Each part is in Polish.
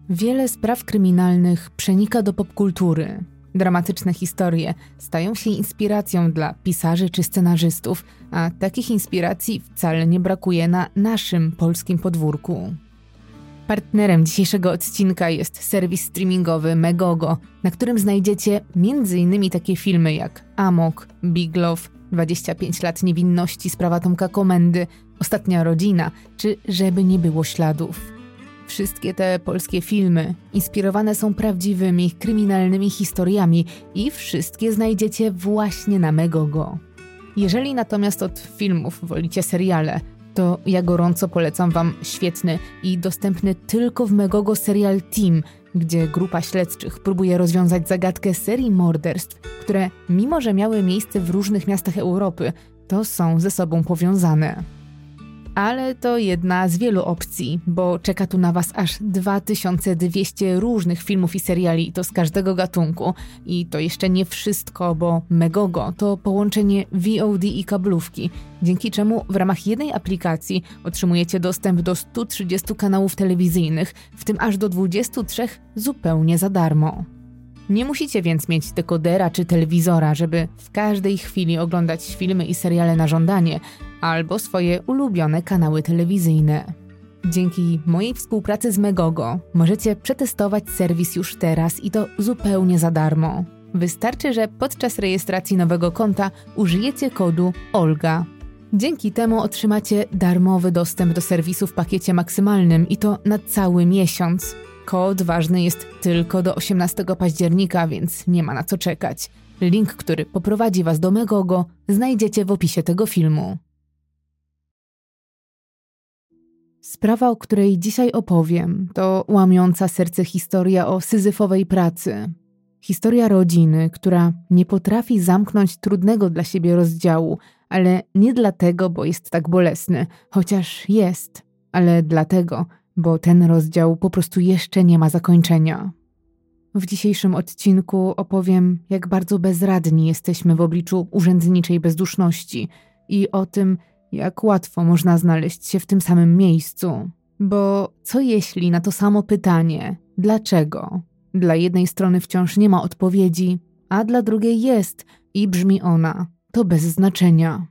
Wiele spraw kryminalnych przenika do popkultury. Dramatyczne historie stają się inspiracją dla pisarzy czy scenarzystów, a takich inspiracji wcale nie brakuje na naszym polskim podwórku. Partnerem dzisiejszego odcinka jest serwis streamingowy Megogo, na którym znajdziecie m.in. takie filmy jak Amok, Big Love, 25 lat niewinności, sprawa Tomka Komendy, Ostatnia rodzina czy Żeby nie było śladów. Wszystkie te polskie filmy inspirowane są prawdziwymi, kryminalnymi historiami i wszystkie znajdziecie właśnie na Megogo. Jeżeli natomiast od filmów wolicie seriale, to ja gorąco polecam Wam świetny i dostępny tylko w Megogo serial Team, gdzie grupa śledczych próbuje rozwiązać zagadkę serii morderstw, które mimo że miały miejsce w różnych miastach Europy, to są ze sobą powiązane. Ale to jedna z wielu opcji, bo czeka tu na Was aż 2200 różnych filmów i seriali, to z każdego gatunku. I to jeszcze nie wszystko, bo Megogo to połączenie VOD i kablówki, dzięki czemu w ramach jednej aplikacji otrzymujecie dostęp do 130 kanałów telewizyjnych, w tym aż do 23 zupełnie za darmo. Nie musicie więc mieć dekodera czy telewizora, żeby w każdej chwili oglądać filmy i seriale na żądanie, albo swoje ulubione kanały telewizyjne. Dzięki mojej współpracy z Megogo możecie przetestować serwis już teraz i to zupełnie za darmo. Wystarczy, że podczas rejestracji nowego konta użyjecie kodu OLGA. Dzięki temu otrzymacie darmowy dostęp do serwisu w pakiecie maksymalnym i to na cały miesiąc. Kod ważny jest tylko do 18 października, więc nie ma na co czekać. Link, który poprowadzi Was do Megogo, znajdziecie w opisie tego filmu. Sprawa, o której dzisiaj opowiem, to łamiąca serce historia o syzyfowej pracy. Historia rodziny, która nie potrafi zamknąć trudnego dla siebie rozdziału, ale nie dlatego, bo jest tak bolesny, chociaż jest, ale dlatego, bo ten rozdział po prostu jeszcze nie ma zakończenia. W dzisiejszym odcinku opowiem, jak bardzo bezradni jesteśmy w obliczu urzędniczej bezduszności i o tym, jak łatwo można znaleźć się w tym samym miejscu. Bo co jeśli na to samo pytanie, dlaczego? Dla jednej strony wciąż nie ma odpowiedzi, a dla drugiej jest i brzmi ona, to bez znaczenia.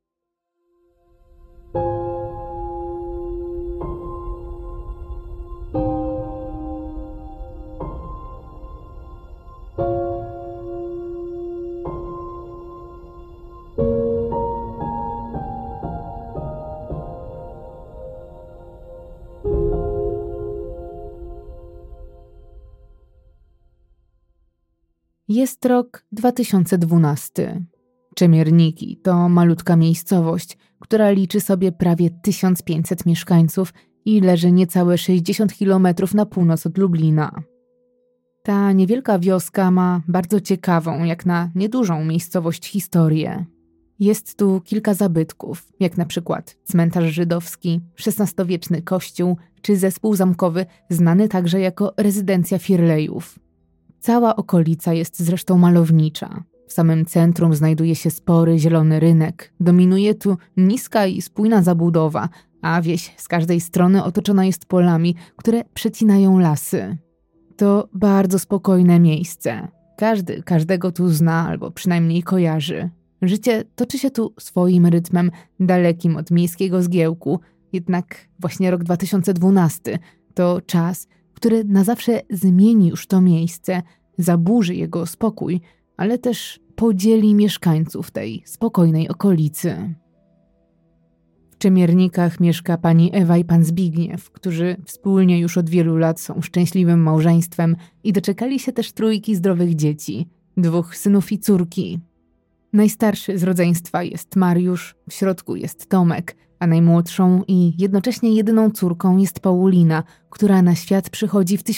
Jest rok 2012. Czemierniki to malutka miejscowość, która liczy sobie prawie 1500 mieszkańców i leży niecałe 60 km na północ od Lublina. Ta niewielka wioska ma bardzo ciekawą, jak na niedużą miejscowość, historię. Jest tu kilka zabytków, jak na przykład cmentarz żydowski, XVI-wieczny kościół czy zespół zamkowy znany także jako rezydencja Firlejów. Cała okolica jest zresztą malownicza. W samym centrum znajduje się spory zielony rynek. Dominuje tu niska i spójna zabudowa, a wieś z każdej strony otoczona jest polami, które przecinają lasy. To bardzo spokojne miejsce. Każdy każdego tu zna albo przynajmniej kojarzy. Życie toczy się tu swoim rytmem, dalekim od miejskiego zgiełku. Jednak właśnie rok 2012 to czas, który na zawsze zmieni już to miejsce, zaburzy jego spokój, ale też podzieli mieszkańców tej spokojnej okolicy. W Czemiernikach mieszka pani Ewa i pan Zbigniew, którzy wspólnie już od wielu lat są szczęśliwym małżeństwem i doczekali się też trójki zdrowych dzieci, 2 synów i córki. Najstarszy z rodzeństwa jest Mariusz, w środku jest Tomek, a najmłodszą i jednocześnie jedyną córką jest Paulina, która na świat przychodzi w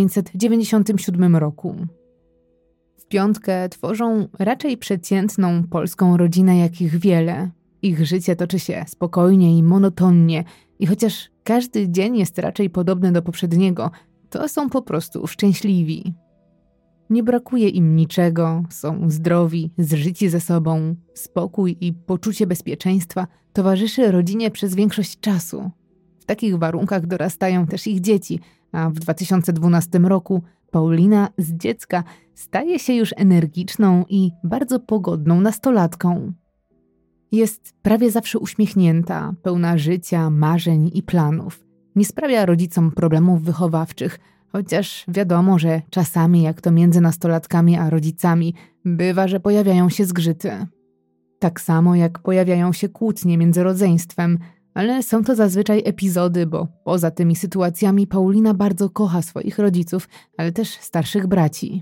1997 roku. W piątkę tworzą raczej przeciętną polską rodzinę, jakich wiele. Ich życie toczy się spokojnie i monotonnie i chociaż każdy dzień jest raczej podobny do poprzedniego, to są po prostu szczęśliwi. Nie brakuje im niczego, są zdrowi, zżyci ze sobą. Spokój i poczucie bezpieczeństwa towarzyszy rodzinie przez większość czasu. W takich warunkach dorastają też ich dzieci, a w 2012 roku Paulina z dziecka staje się już energiczną i bardzo pogodną nastolatką. Jest prawie zawsze uśmiechnięta, pełna życia, marzeń i planów. Nie sprawia rodzicom problemów wychowawczych, chociaż wiadomo, że czasami, jak to między nastolatkami a rodzicami, bywa, że pojawiają się zgrzyty. Tak samo jak pojawiają się kłótnie między rodzeństwem, ale są to zazwyczaj epizody, bo poza tymi sytuacjami Paulina bardzo kocha swoich rodziców, ale też starszych braci.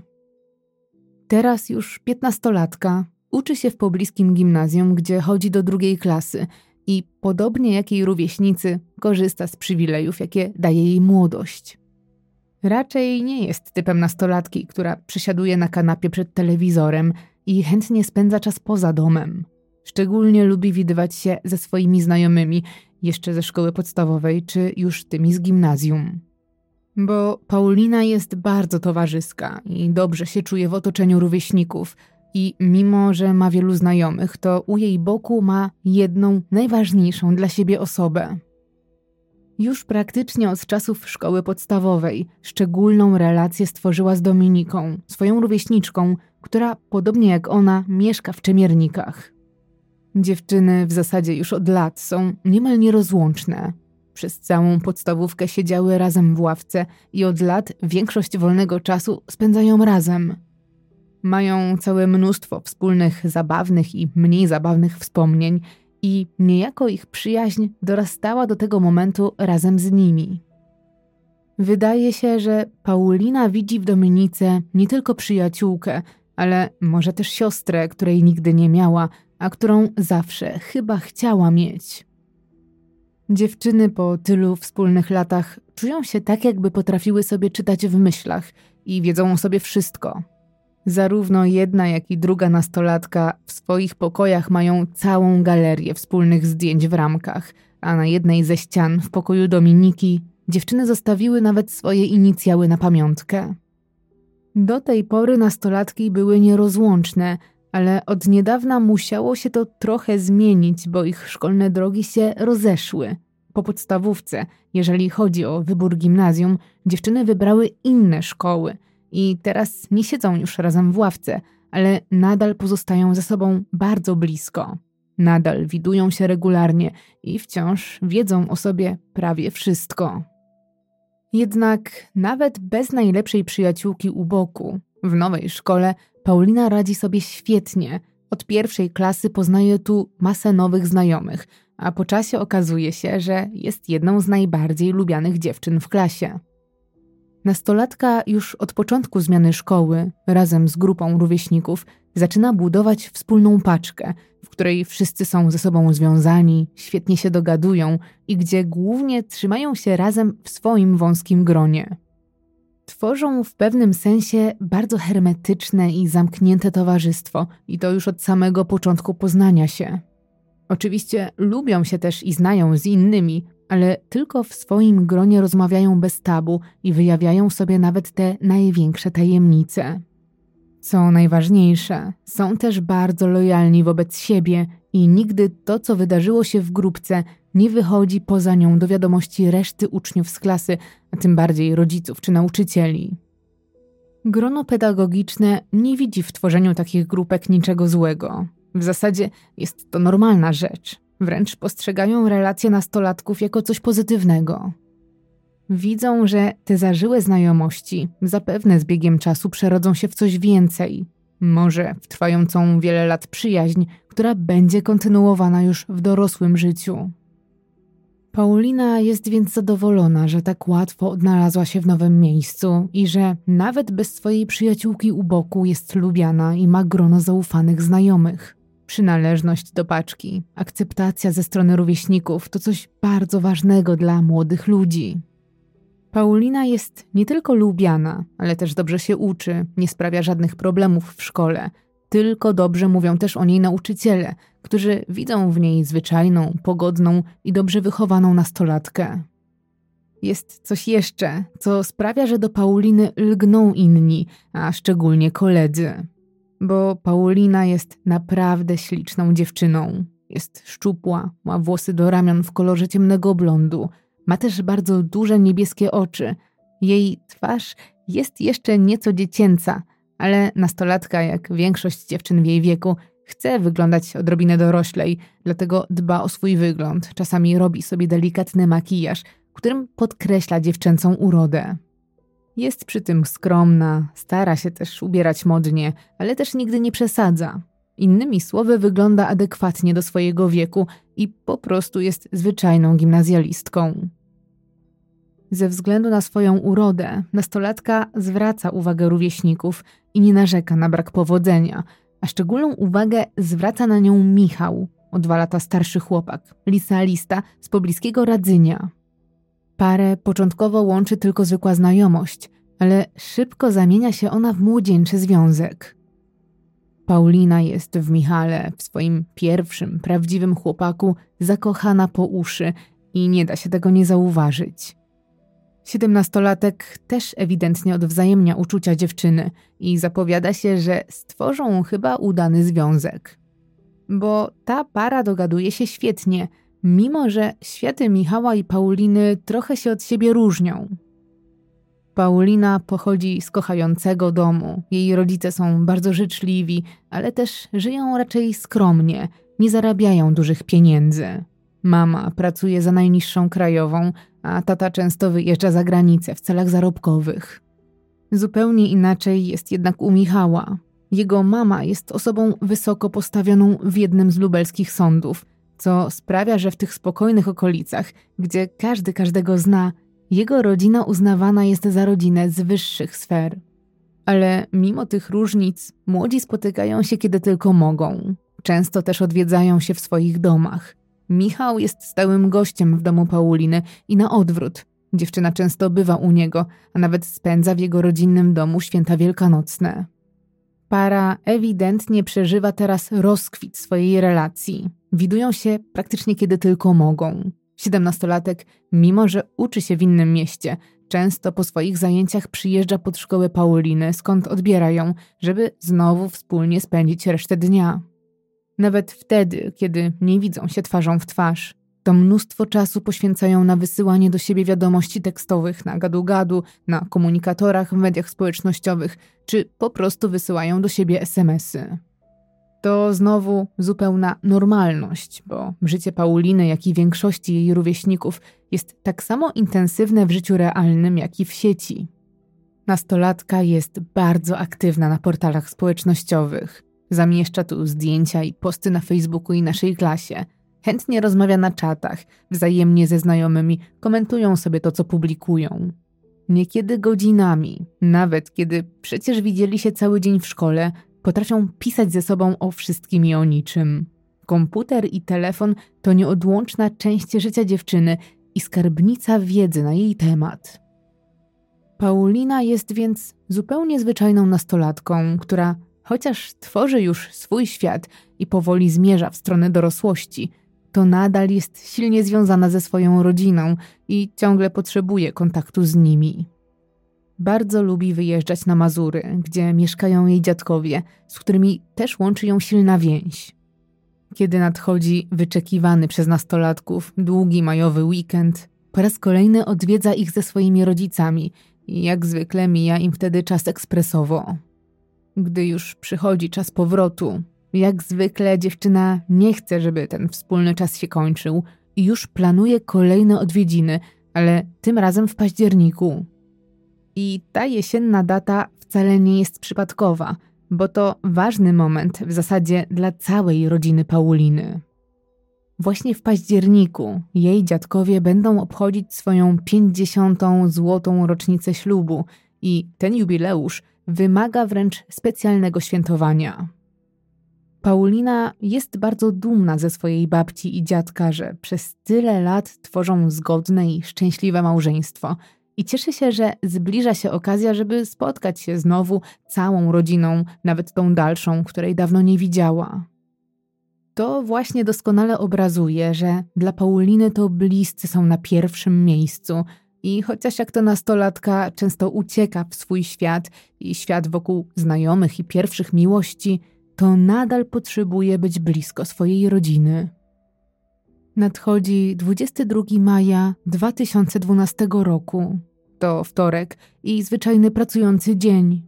Teraz już 15-latka, uczy się w pobliskim gimnazjum, gdzie chodzi do 2. klasy i podobnie jak jej rówieśnicy korzysta z przywilejów, jakie daje jej młodość. Raczej nie jest typem nastolatki, która przysiaduje na kanapie przed telewizorem i chętnie spędza czas poza domem. Szczególnie lubi widywać się ze swoimi znajomymi, jeszcze ze szkoły podstawowej czy już tymi z gimnazjum. Bo Paulina jest bardzo towarzyska i dobrze się czuje w otoczeniu rówieśników i mimo, że ma wielu znajomych, to u jej boku ma jedną najważniejszą dla siebie osobę. Już praktycznie od czasów szkoły podstawowej szczególną relację stworzyła z Dominiką, swoją rówieśniczką, która podobnie jak ona mieszka w Czemiernikach. Dziewczyny w zasadzie już od lat są niemal nierozłączne. Przez całą podstawówkę siedziały razem w ławce i od lat większość wolnego czasu spędzają razem. Mają całe mnóstwo wspólnych zabawnych i mniej zabawnych wspomnień i niejako ich przyjaźń dorastała do tego momentu razem z nimi. Wydaje się, że Paulina widzi w Dominice nie tylko przyjaciółkę, ale może też siostrę, której nigdy nie miała, a którą zawsze chyba chciała mieć. Dziewczyny po tylu wspólnych latach czują się tak, jakby potrafiły sobie czytać w myślach i wiedzą o sobie wszystko. Zarówno jedna, jak i druga nastolatka w swoich pokojach mają całą galerię wspólnych zdjęć w ramkach, a na jednej ze ścian w pokoju Dominiki dziewczyny zostawiły nawet swoje inicjały na pamiątkę. Do tej pory nastolatki były nierozłączne, ale od niedawna musiało się to trochę zmienić, bo ich szkolne drogi się rozeszły. Po podstawówce, jeżeli chodzi o wybór gimnazjum, dziewczyny wybrały inne szkoły i teraz nie siedzą już razem w ławce, ale nadal pozostają ze sobą bardzo blisko. Nadal widują się regularnie i wciąż wiedzą o sobie prawie wszystko. Jednak nawet bez najlepszej przyjaciółki u boku, w nowej szkole Paulina radzi sobie świetnie. Od 1. klasy poznaje tu masę nowych znajomych, a po czasie okazuje się, że jest jedną z najbardziej lubianych dziewczyn w klasie. Nastolatka już od początku zmiany szkoły, razem z grupą rówieśników, zaczyna budować wspólną paczkę, w której wszyscy są ze sobą związani, świetnie się dogadują i gdzie głównie trzymają się razem w swoim wąskim gronie. Tworzą w pewnym sensie bardzo hermetyczne i zamknięte towarzystwo i to już od samego początku poznania się. Oczywiście lubią się też i znają z innymi, ale tylko w swoim gronie rozmawiają bez tabu i wyjawiają sobie nawet te największe tajemnice. Co najważniejsze, są też bardzo lojalni wobec siebie i nigdy to, co wydarzyło się w grupce, nie wychodzi poza nią do wiadomości reszty uczniów z klasy, a tym bardziej rodziców czy nauczycieli. Grono pedagogiczne nie widzi w tworzeniu takich grupek niczego złego. W zasadzie jest to normalna rzecz. Wręcz postrzegają relacje nastolatków jako coś pozytywnego. Widzą, że te zażyłe znajomości zapewne z biegiem czasu przerodzą się w coś więcej. Może w trwającą wiele lat przyjaźń, która będzie kontynuowana już w dorosłym życiu. Paulina jest więc zadowolona, że tak łatwo odnalazła się w nowym miejscu i że nawet bez swojej przyjaciółki u boku jest lubiana i ma grono zaufanych znajomych. Przynależność do paczki, akceptacja ze strony rówieśników to coś bardzo ważnego dla młodych ludzi. Paulina jest nie tylko lubiana, ale też dobrze się uczy, nie sprawia żadnych problemów w szkole. Tylko dobrze mówią też o niej nauczyciele, którzy widzą w niej zwyczajną, pogodną i dobrze wychowaną nastolatkę. Jest coś jeszcze, co sprawia, że do Pauliny lgną inni, a szczególnie koledzy. Bo Paulina jest naprawdę śliczną dziewczyną. Jest szczupła, ma włosy do ramion w kolorze ciemnego blondu, ma też bardzo duże niebieskie oczy Jej twarz jest jeszcze nieco dziecięca, ale nastolatka, jak większość dziewczyn w jej wieku, chce wyglądać odrobinę doroślej, dlatego dba o swój wygląd. Czasami robi sobie delikatny makijaż, którym podkreśla dziewczęcą urodę. Jest przy tym skromna, stara się też ubierać modnie, ale też nigdy nie przesadza. Innymi słowy, wygląda adekwatnie do swojego wieku i po prostu jest zwyczajną gimnazjalistką. Ze względu na swoją urodę, nastolatka zwraca uwagę rówieśników i nie narzeka na brak powodzenia, a szczególną uwagę zwraca na nią Michał, o 2 lata starszy chłopak, licealista z pobliskiego Radzynia. Parę początkowo łączy tylko zwykła znajomość, ale szybko zamienia się ona w młodzieńczy związek. Paulina jest w Michale, w swoim pierwszym, prawdziwym chłopaku, zakochana po uszy i nie da się tego nie zauważyć. 17-latek też ewidentnie odwzajemnia uczucia dziewczyny i zapowiada się, że stworzą chyba udany związek. Bo ta para dogaduje się świetnie, mimo że światy Michała i Pauliny trochę się od siebie różnią. Paulina pochodzi z kochającego domu. Jej rodzice są bardzo życzliwi, ale też żyją raczej skromnie, nie zarabiają dużych pieniędzy. Mama pracuje za najniższą krajową, a tata często wyjeżdża za granicę w celach zarobkowych. Zupełnie inaczej jest jednak u Michała. Jego mama jest osobą wysoko postawioną w jednym z lubelskich sądów, co sprawia, że w tych spokojnych okolicach, gdzie każdy każdego zna, jego rodzina uznawana jest za rodzinę z wyższych sfer. Ale mimo tych różnic, młodzi spotykają się kiedy tylko mogą. Często też odwiedzają się w swoich domach. Michał jest stałym gościem w domu Pauliny i na odwrót. Dziewczyna często bywa u niego, a nawet spędza w jego rodzinnym domu święta wielkanocne. Para ewidentnie przeżywa teraz rozkwit swojej relacji. Widują się praktycznie kiedy tylko mogą. 17-latek, mimo że uczy się w innym mieście, często po swoich zajęciach przyjeżdża pod szkołę Pauliny, skąd odbiera ją, żeby znowu wspólnie spędzić resztę dnia. Nawet wtedy, kiedy nie widzą się twarzą w twarz, to mnóstwo czasu poświęcają na wysyłanie do siebie wiadomości tekstowych na gadu-gadu, na komunikatorach w mediach społecznościowych, czy po prostu wysyłają do siebie SMS-y. To znowu zupełna normalność, bo życie Pauliny, jak i większości jej rówieśników jest tak samo intensywne w życiu realnym, jak i w sieci. Nastolatka jest bardzo aktywna na portalach społecznościowych. Zamieszcza tu zdjęcia i posty na Facebooku i naszej klasie. Chętnie rozmawia na czatach, wzajemnie ze znajomymi, komentują sobie to, co publikują. Niekiedy godzinami, nawet kiedy przecież widzieli się cały dzień w szkole, potrafią pisać ze sobą o wszystkim i o niczym. Komputer i telefon to nieodłączna część życia dziewczyny i skarbnica wiedzy na jej temat. Paulina jest więc zupełnie zwyczajną nastolatką, która chociaż tworzy już swój świat i powoli zmierza w stronę dorosłości, to nadal jest silnie związana ze swoją rodziną i ciągle potrzebuje kontaktu z nimi. Bardzo lubi wyjeżdżać na Mazury, gdzie mieszkają jej dziadkowie, z którymi też łączy ją silna więź. Kiedy nadchodzi wyczekiwany przez nastolatków długi majowy weekend, po raz kolejny odwiedza ich ze swoimi rodzicami i jak zwykle mija im wtedy czas ekspresowo. Gdy już przychodzi czas powrotu, jak zwykle dziewczyna nie chce, żeby ten wspólny czas się kończył i już planuje kolejne odwiedziny, ale tym razem w październiku. I ta jesienna data wcale nie jest przypadkowa, bo to ważny moment w zasadzie dla całej rodziny Pauliny. Właśnie w październiku jej dziadkowie będą obchodzić swoją 50. złotą rocznicę ślubu i ten jubileusz wymaga wręcz specjalnego świętowania. Paulina jest bardzo dumna ze swojej babci i dziadka, że przez tyle lat tworzą zgodne i szczęśliwe małżeństwo i cieszy się, że zbliża się okazja, żeby spotkać się znowu całą rodziną, nawet tą dalszą, której dawno nie widziała. To właśnie doskonale obrazuje, że dla Pauliny to bliscy są na pierwszym miejscu i chociaż jak to nastolatka często ucieka w swój świat i świat wokół znajomych i pierwszych miłości, to nadal potrzebuje być blisko swojej rodziny. Nadchodzi 22 maja 2012 roku. To wtorek i zwyczajny pracujący dzień.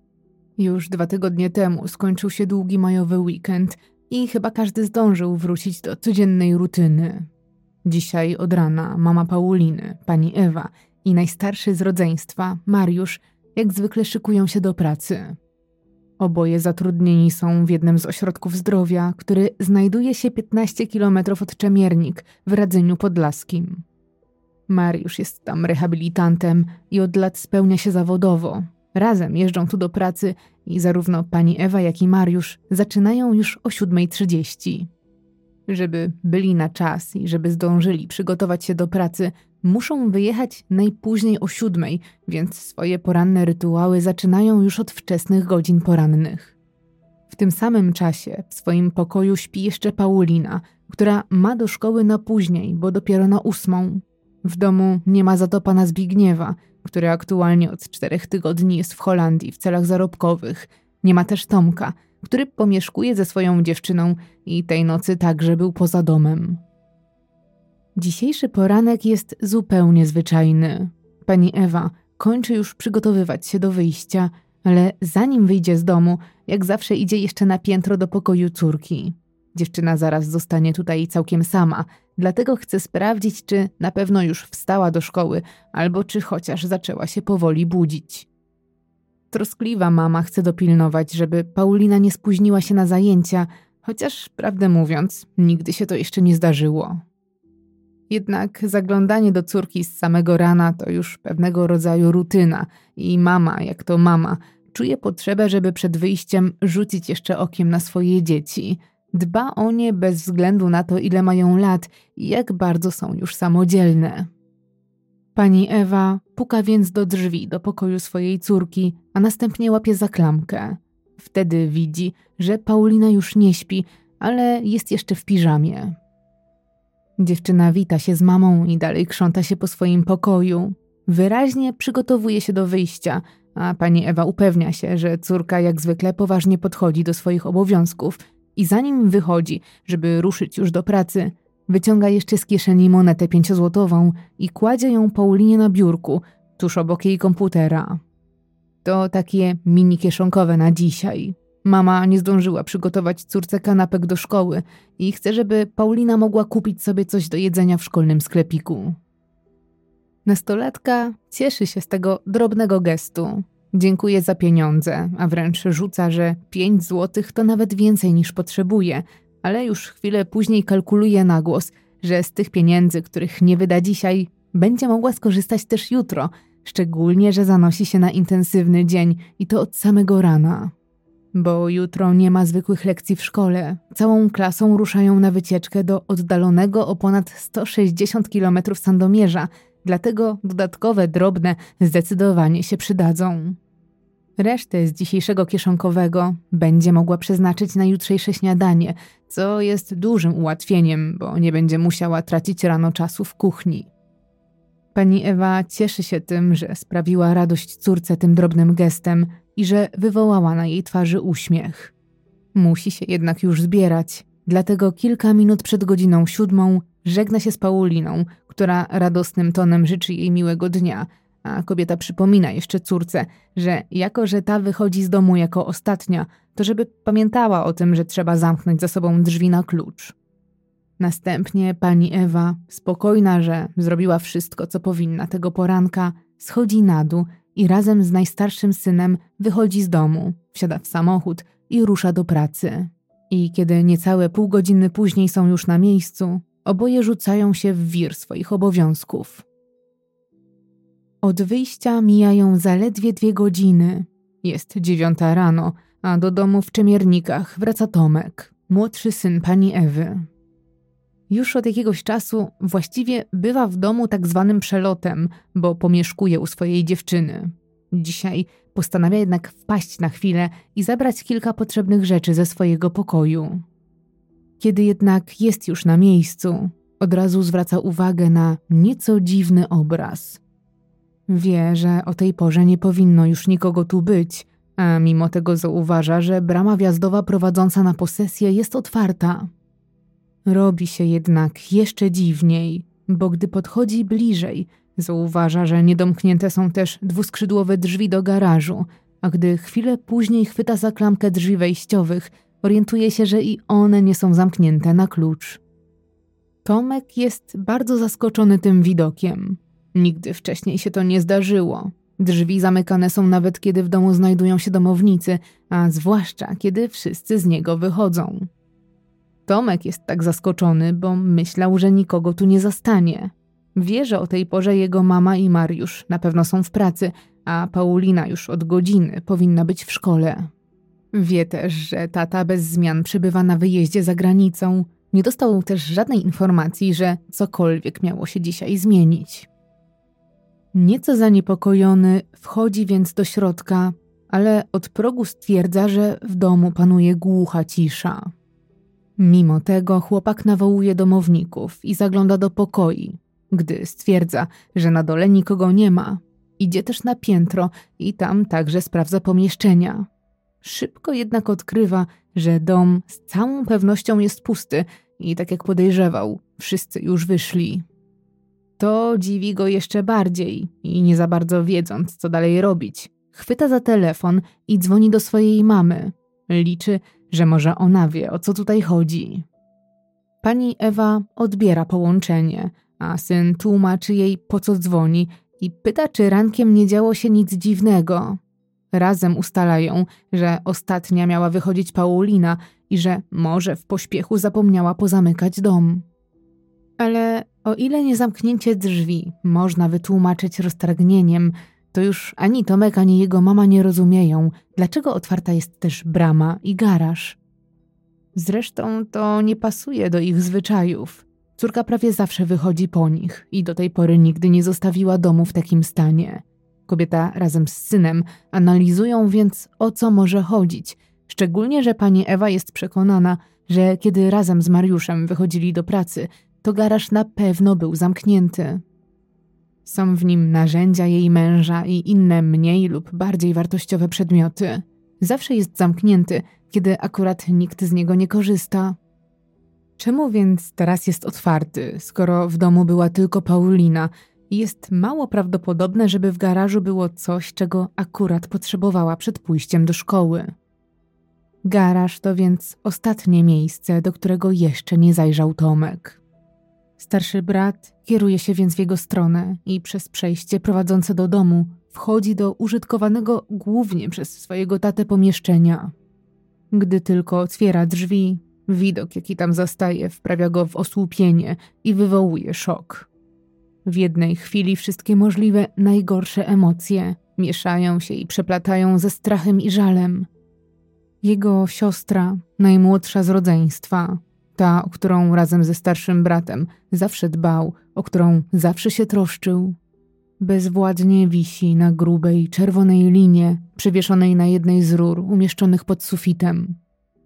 Już 2 tygodnie temu skończył się długi majowy weekend i chyba każdy zdążył wrócić do codziennej rutyny. Dzisiaj od rana mama Pauliny, pani Ewa i najstarszy z rodzeństwa, Mariusz, jak zwykle szykują się do pracy. Oboje zatrudnieni są w jednym z ośrodków zdrowia, który znajduje się 15 km od Czemiernik w Radzyniu Podlaskim. Mariusz jest tam rehabilitantem i od lat spełnia się zawodowo. Razem jeżdżą tu do pracy i zarówno pani Ewa, jak i Mariusz zaczynają już o 7:30. Żeby byli na czas i żeby zdążyli przygotować się do pracy, muszą wyjechać najpóźniej o 7:00, więc swoje poranne rytuały zaczynają już od wczesnych godzin porannych. W tym samym czasie w swoim pokoju śpi jeszcze Paulina, która ma do szkoły na później, bo dopiero na 8:00. W domu nie ma za to pana Zbigniewa, który aktualnie od 4 tygodni jest w Holandii w celach zarobkowych. Nie ma też Tomka, który pomieszkuje ze swoją dziewczyną i tej nocy także był poza domem. Dzisiejszy poranek jest zupełnie zwyczajny. Pani Ewa kończy już przygotowywać się do wyjścia, ale zanim wyjdzie z domu, jak zawsze idzie jeszcze na piętro do pokoju córki. Dziewczyna zaraz zostanie tutaj całkiem sama, dlatego chce sprawdzić, czy na pewno już wstała do szkoły, albo czy chociaż zaczęła się powoli budzić. Troskliwa mama chce dopilnować, żeby Paulina nie spóźniła się na zajęcia, chociaż, prawdę mówiąc, nigdy się to jeszcze nie zdarzyło. Jednak zaglądanie do córki z samego rana to już pewnego rodzaju rutyna i mama, jak to mama, czuje potrzebę, żeby przed wyjściem rzucić jeszcze okiem na swoje dzieci. Dba o nie bez względu na to, ile mają lat i jak bardzo są już samodzielne. Pani Ewa puka więc do drzwi do pokoju swojej córki, a następnie łapie za klamkę. Wtedy widzi, że Paulina już nie śpi, ale jest jeszcze w piżamie. Dziewczyna wita się z mamą i dalej krząta się po swoim pokoju. Wyraźnie przygotowuje się do wyjścia, a pani Ewa upewnia się, że córka jak zwykle poważnie podchodzi do swoich obowiązków i zanim wychodzi, żeby ruszyć już do pracy, wyciąga jeszcze z kieszeni monetę 5-złotową i kładzie ją Paulinie na biurku, tuż obok jej komputera. To takie mini kieszonkowe na dzisiaj. Mama nie zdążyła przygotować córce kanapek do szkoły i chce, żeby Paulina mogła kupić sobie coś do jedzenia w szkolnym sklepiku. Nastolatka cieszy się z tego drobnego gestu. Dziękuję za pieniądze, a wręcz rzuca, że 5 złotych to nawet więcej niż potrzebuje, ale już chwilę później kalkuluje na głos, że z tych pieniędzy, których nie wyda dzisiaj, będzie mogła skorzystać też jutro, szczególnie, że zanosi się na intensywny dzień i to od samego rana. Bo jutro nie ma zwykłych lekcji w szkole. Całą klasą ruszają na wycieczkę do oddalonego o ponad 160 km Sandomierza, dlatego dodatkowe drobne zdecydowanie się przydadzą. Resztę z dzisiejszego kieszonkowego będzie mogła przeznaczyć na jutrzejsze śniadanie, co jest dużym ułatwieniem, bo nie będzie musiała tracić rano czasu w kuchni. Pani Ewa cieszy się tym, że sprawiła radość córce tym drobnym gestem i że wywołała na jej twarzy uśmiech. Musi się jednak już zbierać, dlatego kilka minut przed godziną 7 żegna się z Pauliną, która radosnym tonem życzy jej miłego dnia, a kobieta przypomina jeszcze córce, że jako że ta wychodzi z domu jako ostatnia, to żeby pamiętała o tym, że trzeba zamknąć za sobą drzwi na klucz. Następnie pani Ewa, spokojna, że zrobiła wszystko, co powinna tego poranka, schodzi na dół i razem z najstarszym synem wychodzi z domu, wsiada w samochód i rusza do pracy. I kiedy niecałe pół godziny później są już na miejscu, oboje rzucają się w wir swoich obowiązków. Od wyjścia mijają zaledwie 2 godziny. Jest 9 rano, a do domu w Czemiernikach wraca Tomek, młodszy syn pani Ewy. Już od jakiegoś czasu właściwie bywa w domu tak zwanym przelotem, bo pomieszkuje u swojej dziewczyny. Dzisiaj postanawia jednak wpaść na chwilę i zabrać kilka potrzebnych rzeczy ze swojego pokoju. Kiedy jednak jest już na miejscu, od razu zwraca uwagę na nieco dziwny obraz. Wie, że o tej porze nie powinno już nikogo tu być, a mimo tego zauważa, że brama wjazdowa prowadząca na posesję jest otwarta. Robi się jednak jeszcze dziwniej, bo gdy podchodzi bliżej, Zauważa, że niedomknięte są też dwuskrzydłowe drzwi do garażu, a gdy chwilę później chwyta za klamkę drzwi wejściowych, orientuje się, że i one nie są zamknięte na klucz. Tomek jest bardzo zaskoczony tym widokiem. Nigdy wcześniej się to nie zdarzyło. Drzwi zamykane są nawet kiedy w domu znajdują się domownicy, a zwłaszcza kiedy wszyscy z niego wychodzą. Tomek jest tak zaskoczony, bo myślał, że nikogo tu nie zastanie. Wie, że o tej porze jego mama i Mariusz na pewno są w pracy, a Paulina już od godziny powinna być w szkole. Wie też, że tata bez zmian przebywa na wyjeździe za granicą. Nie dostał też żadnej informacji, że cokolwiek miało się dzisiaj zmienić. Nieco zaniepokojony wchodzi więc do środka, ale od progu stwierdza, że w domu panuje głucha cisza. Mimo tego chłopak nawołuje domowników i zagląda do pokoi. Gdy stwierdza, że na dole nikogo nie ma, idzie też na piętro i tam także sprawdza pomieszczenia. Szybko jednak odkrywa, że dom z całą pewnością jest pusty i tak jak podejrzewał, wszyscy już wyszli. To dziwi go jeszcze bardziej i nie za bardzo wiedząc, co dalej robić, chwyta za telefon i dzwoni do swojej mamy. Liczy, że może ona wie, o co tutaj chodzi. Pani Ewa odbiera połączenie, a syn tłumaczy jej, po co dzwoni i pyta, czy rankiem nie działo się nic dziwnego. Razem ustalają, że ostatnia miała wychodzić Paulina i że może w pośpiechu zapomniała pozamykać dom. Ale o ile niezamknięcie drzwi można wytłumaczyć roztargnieniem, to już ani Tomek, ani jego mama nie rozumieją, dlaczego otwarta jest też brama i garaż. Zresztą to nie pasuje do ich zwyczajów. Córka prawie zawsze wychodzi po nich i do tej pory nigdy nie zostawiła domu w takim stanie. Kobieta razem z synem analizują więc, o co może chodzić, szczególnie, że pani Ewa jest przekonana, że kiedy razem z Mariuszem wychodzili do pracy, to garaż na pewno był zamknięty. Są w nim narzędzia jej męża i inne mniej lub bardziej wartościowe przedmioty. Zawsze jest zamknięty, kiedy akurat nikt z niego nie korzysta. Czemu więc teraz jest otwarty, skoro w domu była tylko Paulina i jest mało prawdopodobne, żeby w garażu było coś, czego akurat potrzebowała przed pójściem do szkoły? Garaż to więc ostatnie miejsce, do którego jeszcze nie zajrzał Tomek. Starszy brat kieruje się więc w jego stronę i przez przejście prowadzące do domu wchodzi do użytkowanego głównie przez swojego tatę pomieszczenia. Gdy tylko otwiera drzwi, widok, jaki tam zastaje, wprawia go w osłupienie i wywołuje szok. W jednej chwili wszystkie możliwe najgorsze emocje mieszają się i przeplatają ze strachem i żalem. Jego siostra, najmłodsza z rodzeństwa, ta, o którą razem ze starszym bratem zawsze dbał, o którą zawsze się troszczył, bezwładnie wisi na grubej, czerwonej linie przywieszonej na jednej z rur umieszczonych pod sufitem.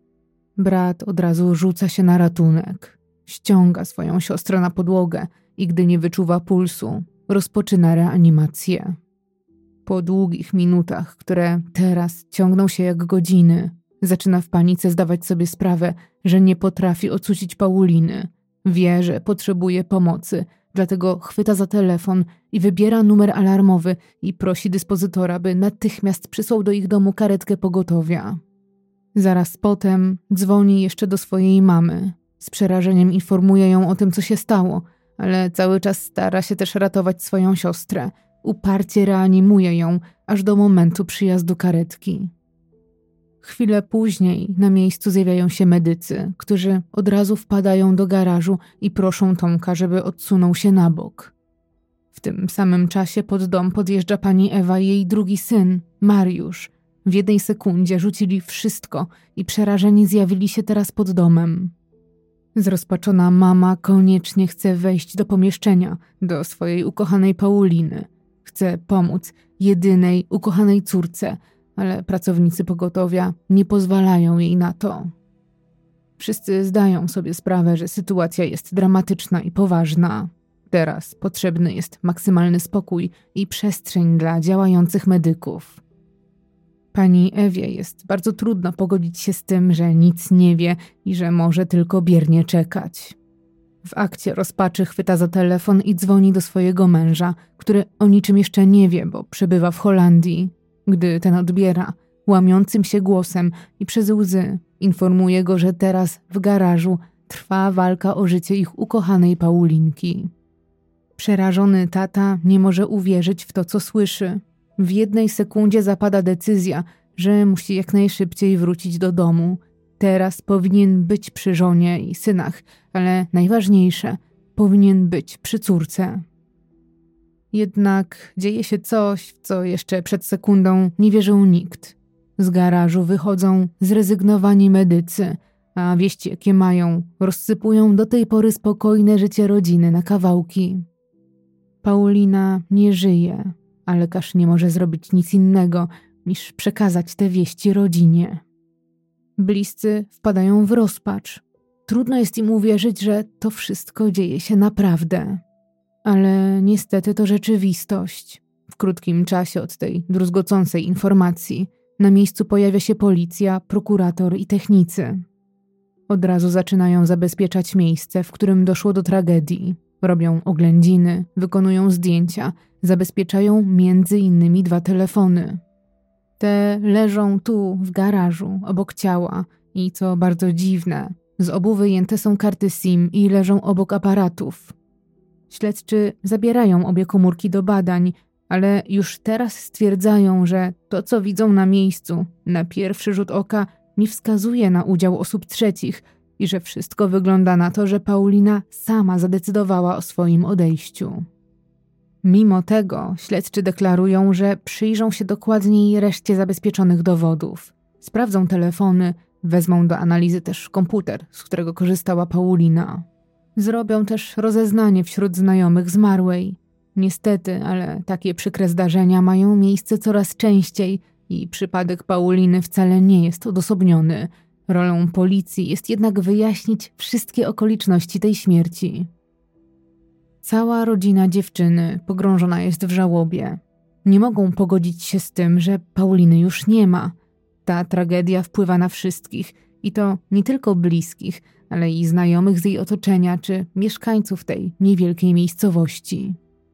Brat od razu rzuca się na ratunek, ściąga swoją siostrę na podłogę i gdy nie wyczuwa pulsu, rozpoczyna reanimację. Po długich minutach, które teraz ciągną się jak godziny, zaczyna w panice zdawać sobie sprawę, że nie potrafi ocucić Pauliny. Wie, że potrzebuje pomocy, dlatego chwyta za telefon i wybiera numer alarmowy i prosi dyspozytora, by natychmiast przysłał do ich domu karetkę pogotowia. Zaraz potem dzwoni jeszcze do swojej mamy. Z przerażeniem informuje ją o tym, co się stało, ale cały czas stara się też ratować swoją siostrę. Uparcie reanimuje ją, aż do momentu przyjazdu karetki. Chwilę później na miejscu zjawiają się medycy, którzy od razu wpadają do garażu i proszą Tomka, żeby odsunął się na bok. W tym samym czasie pod dom podjeżdża pani Ewa i jej drugi syn, Mariusz. W jednej sekundzie rzucili wszystko i przerażeni zjawili się teraz pod domem. Zrozpaczona mama koniecznie chce wejść do pomieszczenia, do swojej ukochanej Pauliny. Chce pomóc jedynej ukochanej córce, ale pracownicy pogotowia nie pozwalają jej na to. Wszyscy zdają sobie sprawę, że sytuacja jest dramatyczna i poważna. Teraz potrzebny jest maksymalny spokój i przestrzeń dla działających medyków. Pani Ewie jest bardzo trudno pogodzić się z tym, że nic nie wie i że może tylko biernie czekać. W akcie rozpaczy chwyta za telefon i dzwoni do swojego męża, który o niczym jeszcze nie wie, bo przebywa w Holandii. Gdy ten odbiera, łamiącym się głosem i przez łzy informuje go, że teraz w garażu trwa walka o życie ich ukochanej Paulinki. Przerażony tata nie może uwierzyć w to, co słyszy. W jednej sekundzie zapada decyzja, że musi jak najszybciej wrócić do domu. Teraz powinien być przy żonie i synach, ale najważniejsze, powinien być przy córce. Jednak dzieje się coś, w co jeszcze przed sekundą nie wierzył nikt. Z garażu wychodzą zrezygnowani medycy, a wieści, jakie mają, rozsypują do tej pory spokojne życie rodziny na kawałki. Paulina nie żyje, a lekarz nie może zrobić nic innego, niż przekazać te wieści rodzinie. Bliscy wpadają w rozpacz. Trudno jest im uwierzyć, że to wszystko dzieje się naprawdę. Ale niestety to rzeczywistość. W krótkim czasie od tej druzgocącej informacji na miejscu pojawia się policja, prokurator i technicy. Od razu zaczynają zabezpieczać miejsce, w którym doszło do tragedii. Robią oględziny, wykonują zdjęcia, zabezpieczają między innymi 2 telefony. Te leżą tu, w garażu, obok ciała i co bardzo dziwne, z obu wyjęte są karty SIM i leżą obok aparatów. Śledczy zabierają obie komórki do badań, ale już teraz stwierdzają, że to, co widzą na miejscu, na pierwszy rzut oka nie wskazuje na udział osób trzecich i że wszystko wygląda na to, że Paulina sama zadecydowała o swoim odejściu. Mimo tego śledczy deklarują, że przyjrzą się dokładniej reszcie zabezpieczonych dowodów. Sprawdzą telefony, wezmą do analizy też komputer, z którego korzystała Paulina. Zrobią też rozeznanie wśród znajomych zmarłej. Niestety, ale takie przykre zdarzenia mają miejsce coraz częściej i przypadek Pauliny wcale nie jest odosobniony. Rolą policji jest jednak wyjaśnić wszystkie okoliczności tej śmierci. Cała rodzina dziewczyny pogrążona jest w żałobie. Nie mogą pogodzić się z tym, że Pauliny już nie ma. Ta tragedia wpływa na wszystkich i to nie tylko bliskich, ale i znajomych z jej otoczenia czy mieszkańców tej niewielkiej miejscowości.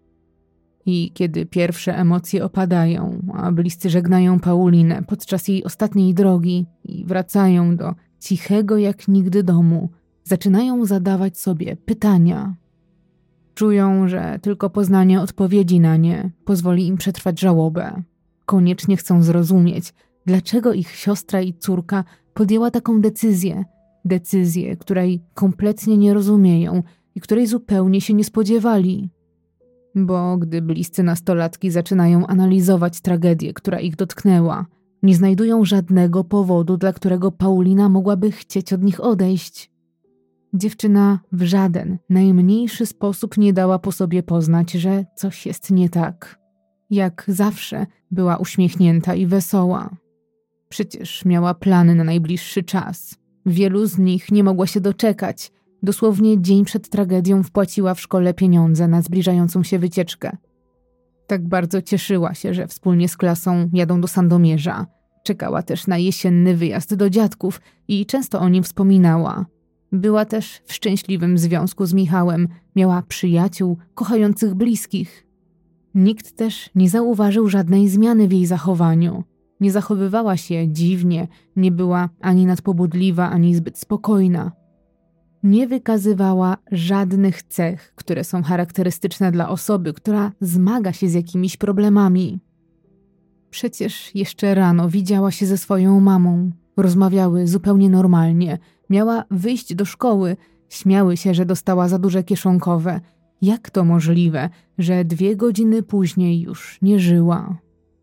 I kiedy pierwsze emocje opadają, a bliscy żegnają Paulinę podczas jej ostatniej drogi i wracają do cichego jak nigdy domu, zaczynają zadawać sobie pytania. Czują, że tylko poznanie odpowiedzi na nie pozwoli im przetrwać żałobę. Koniecznie chcą zrozumieć, dlaczego ich siostra i córka podjęła taką decyzję, której kompletnie nie rozumieją i której zupełnie się nie spodziewali. Bo gdy bliscy nastolatki zaczynają analizować tragedię, która ich dotknęła, nie znajdują żadnego powodu, dla którego Paulina mogłaby chcieć od nich odejść. Dziewczyna w żaden, najmniejszy sposób nie dała po sobie poznać, że coś jest nie tak. Jak zawsze była uśmiechnięta i wesoła. Przecież miała plany na najbliższy czas. Wielu z nich nie mogła się doczekać. Dosłownie dzień przed tragedią wpłaciła w szkole pieniądze na zbliżającą się wycieczkę. Tak bardzo cieszyła się, że wspólnie z klasą jadą do Sandomierza. Czekała też na jesienny wyjazd do dziadków i często o nim wspominała. Była też w szczęśliwym związku z Michałem, miała przyjaciół, kochających bliskich. Nikt też nie zauważył żadnej zmiany w jej zachowaniu. Nie zachowywała się dziwnie, nie była ani nadpobudliwa, ani zbyt spokojna. Nie wykazywała żadnych cech, które są charakterystyczne dla osoby, która zmaga się z jakimiś problemami. Przecież jeszcze rano widziała się ze swoją mamą. Rozmawiały zupełnie normalnie. Miała wyjść do szkoły. Śmiały się, że dostała za duże kieszonkowe. Jak to możliwe, że 2 godziny później już nie żyła?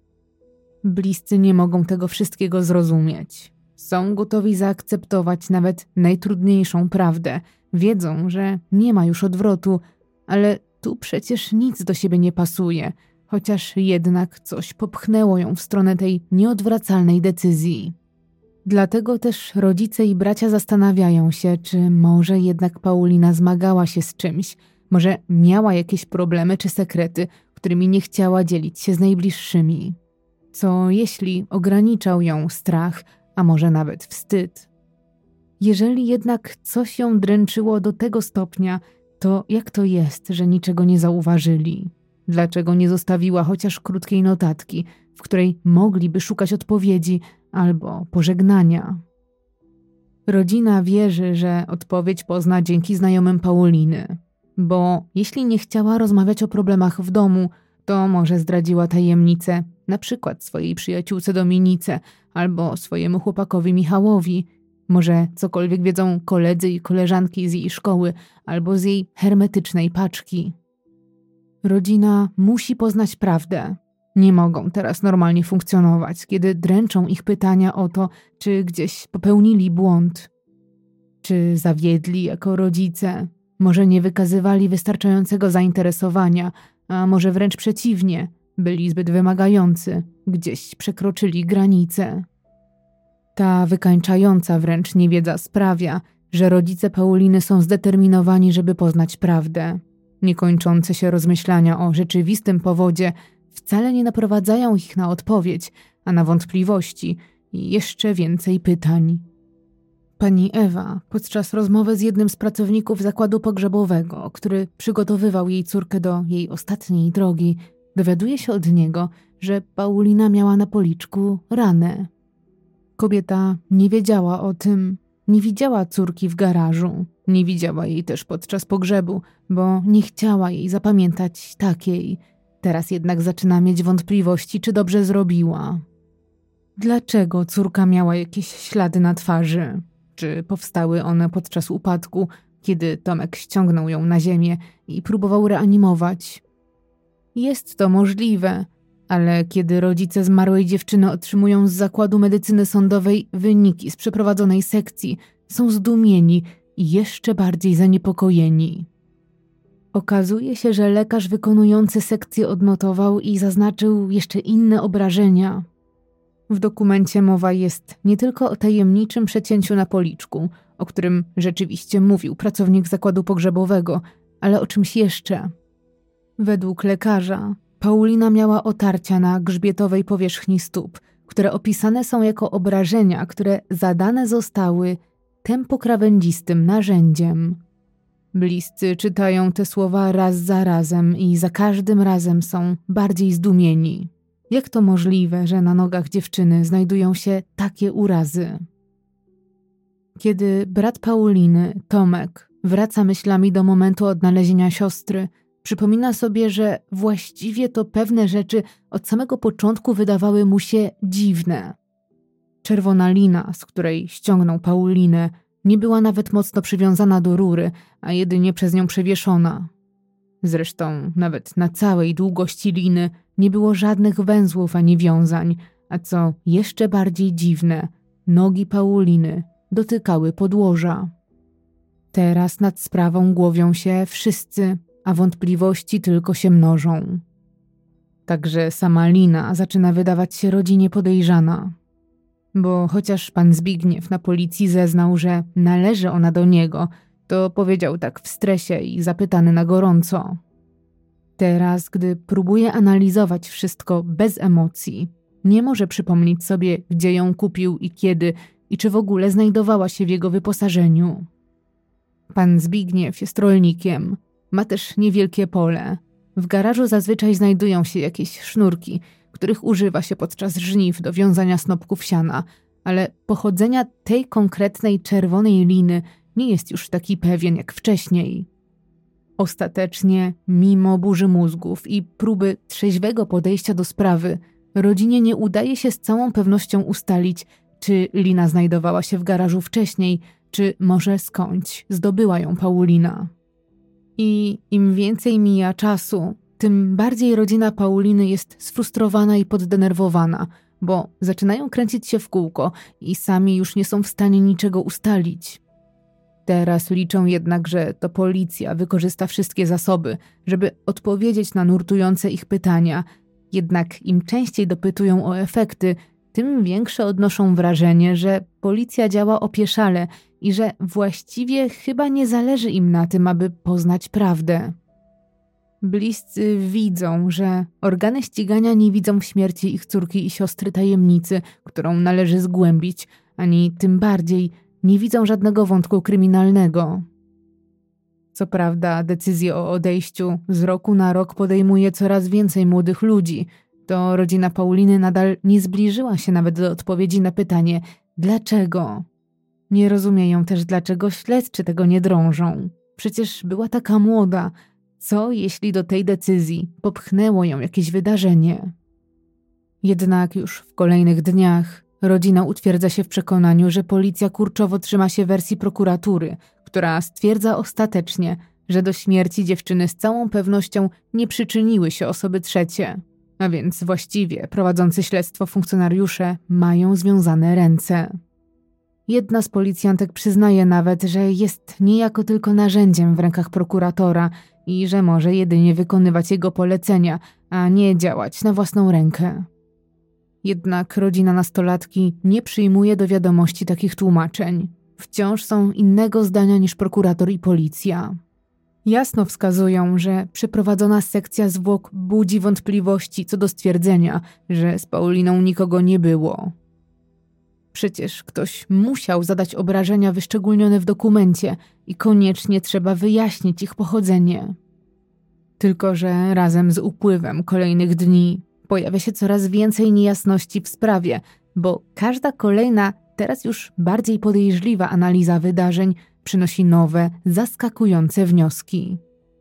Bliscy nie mogą tego wszystkiego zrozumieć. Są gotowi zaakceptować nawet najtrudniejszą prawdę. Wiedzą, że nie ma już odwrotu, ale tu przecież nic do siebie nie pasuje, chociaż jednak coś popchnęło ją w stronę tej nieodwracalnej decyzji. Dlatego też rodzice i bracia zastanawiają się, czy może jednak Paulina zmagała się z czymś, może miała jakieś problemy czy sekrety, którymi nie chciała dzielić się z najbliższymi. Co jeśli ograniczał ją strach, a może nawet wstyd? Jeżeli jednak coś ją dręczyło do tego stopnia, to jak to jest, że niczego nie zauważyli? Dlaczego nie zostawiła chociaż krótkiej notatki, w której mogliby szukać odpowiedzi albo pożegnania? Rodzina wierzy, że odpowiedź pozna dzięki znajomym Pauliny, bo jeśli nie chciała rozmawiać o problemach w domu, to może zdradziła tajemnicę, na przykład swojej przyjaciółce Dominice albo swojemu chłopakowi Michałowi. Może cokolwiek wiedzą koledzy i koleżanki z jej szkoły albo z jej hermetycznej paczki. Rodzina musi poznać prawdę. Nie mogą teraz normalnie funkcjonować, kiedy dręczą ich pytania o to, czy gdzieś popełnili błąd. Czy zawiedli jako rodzice? Może nie wykazywali wystarczającego zainteresowania, a może wręcz przeciwnie, byli zbyt wymagający, gdzieś przekroczyli granice. Ta wykańczająca wręcz niewiedza sprawia, że rodzice Pauliny są zdeterminowani, żeby poznać prawdę. Niekończące się rozmyślania o rzeczywistym powodzie wcale nie naprowadzają ich na odpowiedź, a na wątpliwości i jeszcze więcej pytań. Pani Ewa, podczas rozmowy z jednym z pracowników zakładu pogrzebowego, który przygotowywał jej córkę do jej ostatniej drogi, dowiaduje się od niego, że Paulina miała na policzku ranę. Kobieta nie wiedziała o tym, nie widziała córki w garażu, nie widziała jej też podczas pogrzebu, bo nie chciała jej zapamiętać takiej. Teraz jednak zaczyna mieć wątpliwości, czy dobrze zrobiła. Dlaczego córka miała jakieś ślady na twarzy? Czy powstały one podczas upadku, kiedy Tomek ściągnął ją na ziemię i próbował reanimować? Jest to możliwe, ale kiedy rodzice zmarłej dziewczyny otrzymują z Zakładu Medycyny Sądowej wyniki z przeprowadzonej sekcji, są zdumieni i jeszcze bardziej zaniepokojeni. Okazuje się, że lekarz wykonujący sekcję odnotował i zaznaczył jeszcze inne obrażenia. W dokumencie mowa jest nie tylko o tajemniczym przecięciu na policzku, o którym rzeczywiście mówił pracownik zakładu pogrzebowego, ale o czymś jeszcze. Według lekarza Paulina miała otarcia na grzbietowej powierzchni stóp, które opisane są jako obrażenia, które zadane zostały tempokrawędzistym narzędziem. Bliscy czytają te słowa raz za razem i za każdym razem są bardziej zdumieni. Jak to możliwe, że na nogach dziewczyny znajdują się takie urazy? Kiedy brat Pauliny, Tomek, wraca myślami do momentu odnalezienia siostry, przypomina sobie, że właściwie to pewne rzeczy od samego początku wydawały mu się dziwne. Czerwona lina, z której ściągnął Paulinę, nie była nawet mocno przywiązana do rury, a jedynie przez nią przewieszona. Zresztą nawet na całej długości liny nie było żadnych węzłów ani wiązań, a co jeszcze bardziej dziwne, nogi Pauliny dotykały podłoża. Teraz nad sprawą głowią się wszyscy, a wątpliwości tylko się mnożą. Także sama lina zaczyna wydawać się rodzinie podejrzana. Bo chociaż pan Zbigniew na policji zeznał, że należy ona do niego, to powiedział tak w stresie i zapytany na gorąco. Teraz, gdy próbuje analizować wszystko bez emocji, nie może przypomnieć sobie, gdzie ją kupił i kiedy, i czy w ogóle znajdowała się w jego wyposażeniu. Pan Zbigniew jest rolnikiem, ma też niewielkie pole. W garażu zazwyczaj znajdują się jakieś sznurki, których używa się podczas żniw do wiązania snopków siana, ale pochodzenia tej konkretnej czerwonej liny nie jest już taki pewien jak wcześniej. Ostatecznie, mimo burzy mózgów i próby trzeźwego podejścia do sprawy, rodzinie nie udaje się z całą pewnością ustalić, czy lina znajdowała się w garażu wcześniej, czy może skądś zdobyła ją Paulina. I im więcej mija czasu, tym bardziej rodzina Pauliny jest sfrustrowana i poddenerwowana, bo zaczynają kręcić się w kółko i sami już nie są w stanie niczego ustalić. Teraz liczą jednak, że to policja wykorzysta wszystkie zasoby, żeby odpowiedzieć na nurtujące ich pytania, jednak im częściej dopytują o efekty, tym większe odnoszą wrażenie, że policja działa opieszale i że właściwie chyba nie zależy im na tym, aby poznać prawdę. Bliscy widzą, że organy ścigania nie widzą w śmierci ich córki i siostry tajemnicy, którą należy zgłębić, ani tym bardziej nie widzą żadnego wątku kryminalnego. Co prawda decyzję o odejściu z roku na rok podejmuje coraz więcej młodych ludzi, to rodzina Pauliny nadal nie zbliżyła się nawet do odpowiedzi na pytanie dlaczego. Nie rozumieją też, dlaczego śledczy tego nie drążą. Przecież była taka młoda. Co jeśli do tej decyzji popchnęło ją jakieś wydarzenie? Jednak już w kolejnych dniach rodzina utwierdza się w przekonaniu, że policja kurczowo trzyma się wersji prokuratury, która stwierdza ostatecznie, że do śmierci dziewczyny z całą pewnością nie przyczyniły się osoby trzecie. A więc właściwie prowadzący śledztwo funkcjonariusze mają związane ręce. Jedna z policjantek przyznaje nawet, że jest niejako tylko narzędziem w rękach prokuratora i że może jedynie wykonywać jego polecenia, a nie działać na własną rękę. Jednak rodzina nastolatki nie przyjmuje do wiadomości takich tłumaczeń. Wciąż są innego zdania niż prokurator i policja. Jasno wskazują, że przeprowadzona sekcja zwłok budzi wątpliwości co do stwierdzenia, że z Pauliną nikogo nie było. Przecież ktoś musiał zadać obrażenia wyszczególnione w dokumencie i koniecznie trzeba wyjaśnić ich pochodzenie. Tylko że razem z upływem kolejnych dni pojawia się coraz więcej niejasności w sprawie, bo każda kolejna, teraz już bardziej podejrzliwa analiza wydarzeń przynosi nowe, zaskakujące wnioski.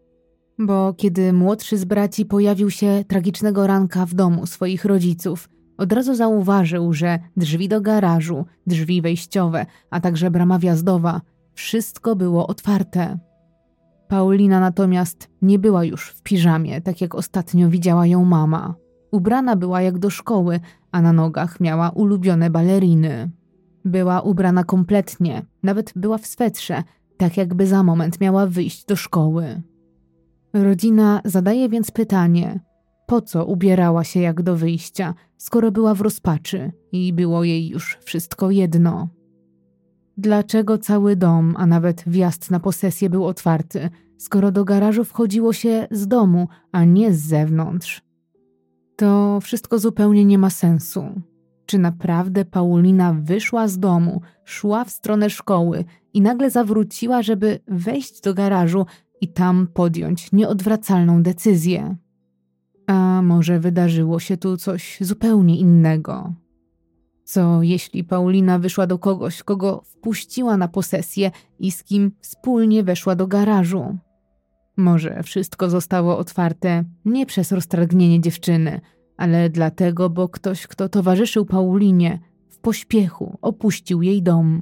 Bo kiedy młodszy z braci pojawił się tragicznego ranka w domu swoich rodziców, od razu zauważył, że drzwi do garażu, drzwi wejściowe, a także brama wjazdowa, wszystko było otwarte. Paulina natomiast nie była już w piżamie, tak jak ostatnio widziała ją mama. Ubrana była jak do szkoły, a na nogach miała ulubione baleriny. Była ubrana kompletnie, nawet była w swetrze, tak jakby za moment miała wyjść do szkoły. Rodzina zadaje więc pytanie, po co ubierała się jak do wyjścia, skoro była w rozpaczy i było jej już wszystko jedno. Dlaczego cały dom, a nawet wjazd na posesję był otwarty, skoro do garażu wchodziło się z domu, a nie z zewnątrz? To wszystko zupełnie nie ma sensu. Czy naprawdę Paulina wyszła z domu, szła w stronę szkoły i nagle zawróciła, żeby wejść do garażu i tam podjąć nieodwracalną decyzję? A może wydarzyło się tu coś zupełnie innego? Co jeśli Paulina wyszła do kogoś, kogo wpuściła na posesję i z kim wspólnie weszła do garażu? Może wszystko zostało otwarte nie przez roztargnienie dziewczyny, ale dlatego, bo ktoś, kto towarzyszył Paulinie, w pośpiechu opuścił jej dom.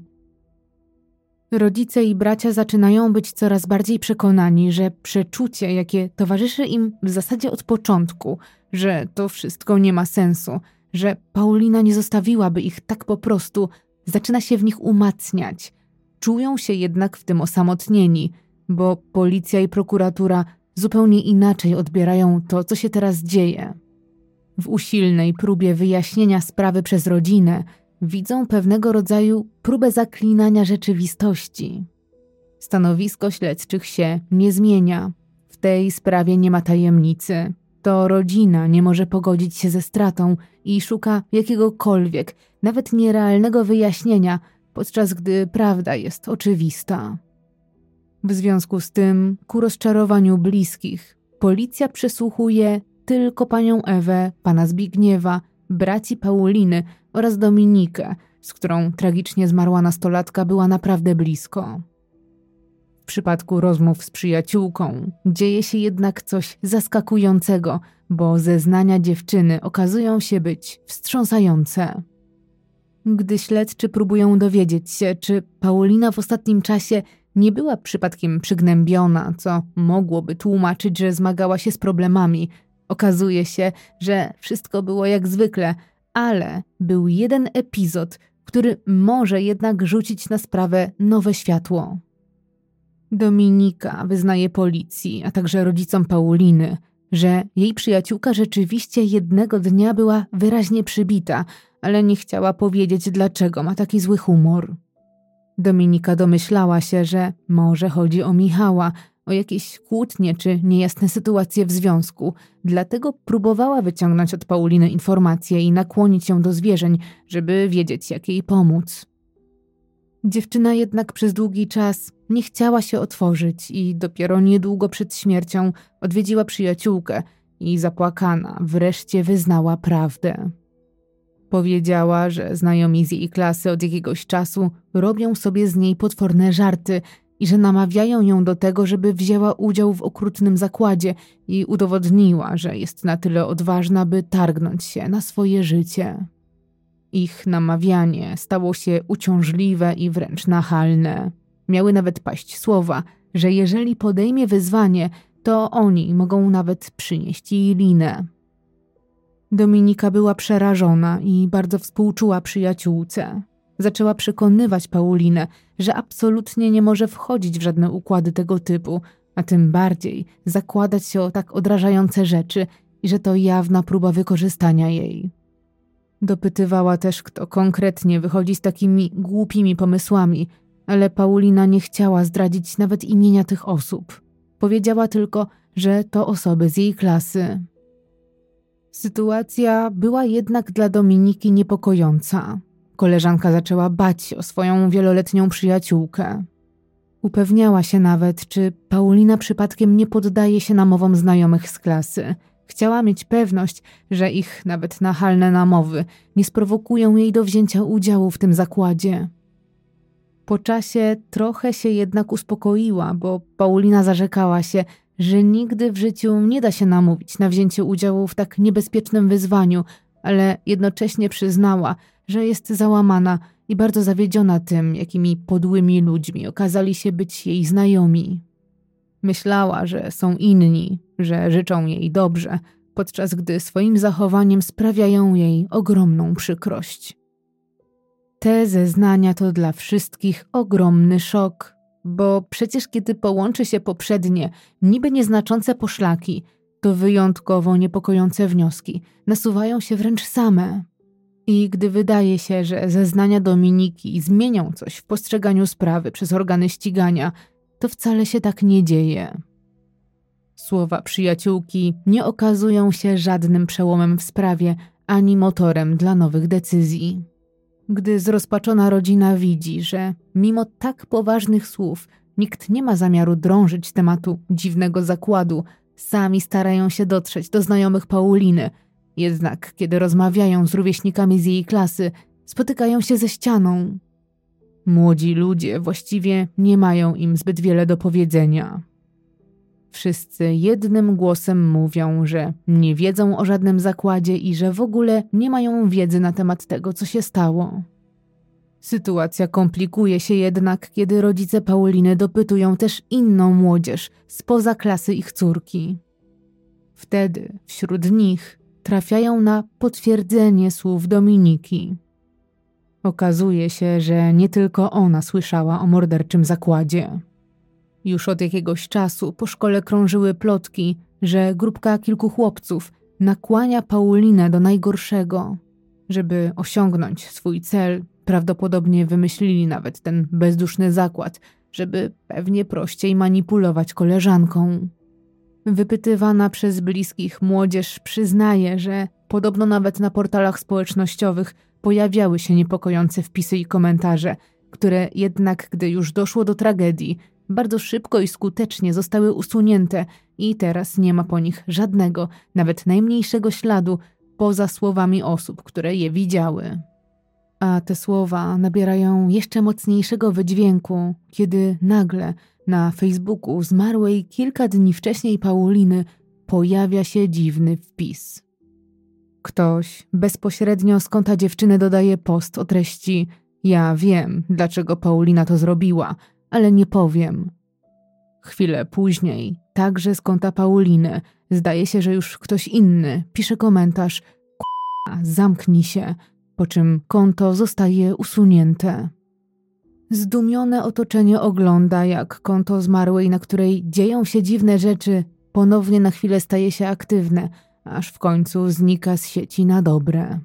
Rodzice i bracia zaczynają być coraz bardziej przekonani, że przeczucie, jakie towarzyszy im w zasadzie od początku, że to wszystko nie ma sensu, że Paulina nie zostawiłaby ich tak po prostu, zaczyna się w nich umacniać. Czują się jednak w tym osamotnieni, bo policja i prokuratura zupełnie inaczej odbierają to, co się teraz dzieje. W usilnej próbie wyjaśnienia sprawy przez rodzinę widzą pewnego rodzaju próbę zaklinania rzeczywistości. Stanowisko śledczych się nie zmienia. W tej sprawie nie ma tajemnicy. To rodzina nie może pogodzić się ze stratą i szuka jakiegokolwiek, nawet nierealnego wyjaśnienia, podczas gdy prawda jest oczywista. W związku z tym, ku rozczarowaniu bliskich, policja przesłuchuje tylko panią Ewę, pana Zbigniewa, braci Pauliny oraz Dominikę, z którą tragicznie zmarła nastolatka była naprawdę blisko. W przypadku rozmów z przyjaciółką dzieje się jednak coś zaskakującego, bo zeznania dziewczyny okazują się być wstrząsające. Gdy śledczy próbują dowiedzieć się, czy Paulina w ostatnim czasie nie była przypadkiem przygnębiona, co mogłoby tłumaczyć, że zmagała się z problemami, okazuje się, że wszystko było jak zwykle, ale był jeden epizod, który może jednak rzucić na sprawę nowe światło. Dominika wyznaje policji, a także rodzicom Pauliny, że jej przyjaciółka rzeczywiście jednego dnia była wyraźnie przybita, ale nie chciała powiedzieć, dlaczego ma taki zły humor. Dominika domyślała się, że może chodzi o Michała, o jakieś kłótnie czy niejasne sytuacje w związku, dlatego próbowała wyciągnąć od Pauliny informacje i nakłonić ją do zwierzeń, żeby wiedzieć, jak jej pomóc. Dziewczyna jednak przez długi czas nie chciała się otworzyć i dopiero niedługo przed śmiercią odwiedziła przyjaciółkę i zapłakana wreszcie wyznała prawdę. Powiedziała, że znajomi z jej klasy od jakiegoś czasu robią sobie z niej potworne żarty i że namawiają ją do tego, żeby wzięła udział w okrutnym zakładzie i udowodniła, że jest na tyle odważna, by targnąć się na swoje życie. Ich namawianie stało się uciążliwe i wręcz nachalne. Miały nawet paść słowa, że jeżeli podejmie wyzwanie, to oni mogą nawet przynieść jej linę. Dominika była przerażona i bardzo współczuła przyjaciółce. Zaczęła przekonywać Paulinę, że absolutnie nie może wchodzić w żadne układy tego typu, a tym bardziej zakładać się o tak odrażające rzeczy i że to jawna próba wykorzystania jej. Dopytywała też, kto konkretnie wychodzi z takimi głupimi pomysłami, ale Paulina nie chciała zdradzić nawet imienia tych osób. Powiedziała tylko, że to osoby z jej klasy. Sytuacja była jednak dla Dominiki niepokojąca. Koleżanka zaczęła bać się o swoją wieloletnią przyjaciółkę. Upewniała się nawet, czy Paulina przypadkiem nie poddaje się namowom znajomych z klasy. Chciała mieć pewność, że ich nawet nachalne namowy nie sprowokują jej do wzięcia udziału w tym zakładzie. Po czasie trochę się jednak uspokoiła, bo Paulina zarzekała się, że nigdy w życiu nie da się namówić na wzięcie udziału w tak niebezpiecznym wyzwaniu, ale jednocześnie przyznała, że jest załamana i bardzo zawiedziona tym, jakimi podłymi ludźmi okazali się być jej znajomi. Myślała, że są inni, że życzą jej dobrze, podczas gdy swoim zachowaniem sprawiają jej ogromną przykrość. Te zeznania to dla wszystkich ogromny szok, bo przecież kiedy połączy się poprzednie, niby nieznaczące poszlaki, to wyjątkowo niepokojące wnioski nasuwają się wręcz same. I gdy wydaje się, że zeznania Dominiki zmienią coś w postrzeganiu sprawy przez organy ścigania, to wcale się tak nie dzieje. Słowa przyjaciółki nie okazują się żadnym przełomem w sprawie ani motorem dla nowych decyzji. Gdy zrozpaczona rodzina widzi, że mimo tak poważnych słów nikt nie ma zamiaru drążyć tematu dziwnego zakładu, sami starają się dotrzeć do znajomych Pauliny, jednak kiedy rozmawiają z rówieśnikami z jej klasy, spotykają się ze ścianą. Młodzi ludzie właściwie nie mają im zbyt wiele do powiedzenia. Wszyscy jednym głosem mówią, że nie wiedzą o żadnym zakładzie i że w ogóle nie mają wiedzy na temat tego, co się stało. Sytuacja komplikuje się jednak, kiedy rodzice Pauliny dopytują też inną młodzież spoza klasy ich córki. Wtedy wśród nich trafiają na potwierdzenie słów Dominiki. Okazuje się, że nie tylko ona słyszała o morderczym zakładzie. Już od jakiegoś czasu po szkole krążyły plotki, że grupka kilku chłopców nakłania Paulinę do najgorszego. Żeby osiągnąć swój cel, prawdopodobnie wymyślili nawet ten bezduszny zakład, żeby pewnie prościej manipulować koleżanką. Wypytywana przez bliskich młodzież przyznaje, że podobno nawet na portalach społecznościowych pojawiały się niepokojące wpisy i komentarze, które jednak, gdy już doszło do tragedii, bardzo szybko i skutecznie zostały usunięte i teraz nie ma po nich żadnego, nawet najmniejszego śladu, poza słowami osób, które je widziały. A te słowa nabierają jeszcze mocniejszego wydźwięku, kiedy nagle na Facebooku zmarłej kilka dni wcześniej Pauliny pojawia się dziwny wpis. Ktoś bezpośrednio z konta dziewczyny dodaje post o treści: ja wiem, dlaczego Paulina to zrobiła, ale nie powiem. Chwilę później, także z konta Pauliny, zdaje się, że już ktoś inny pisze komentarz: k***a, zamknij się, po czym konto zostaje usunięte. Zdumione otoczenie ogląda, jak konto zmarłej, na której dzieją się dziwne rzeczy, ponownie na chwilę staje się aktywne, aż w końcu znika z sieci na dobre.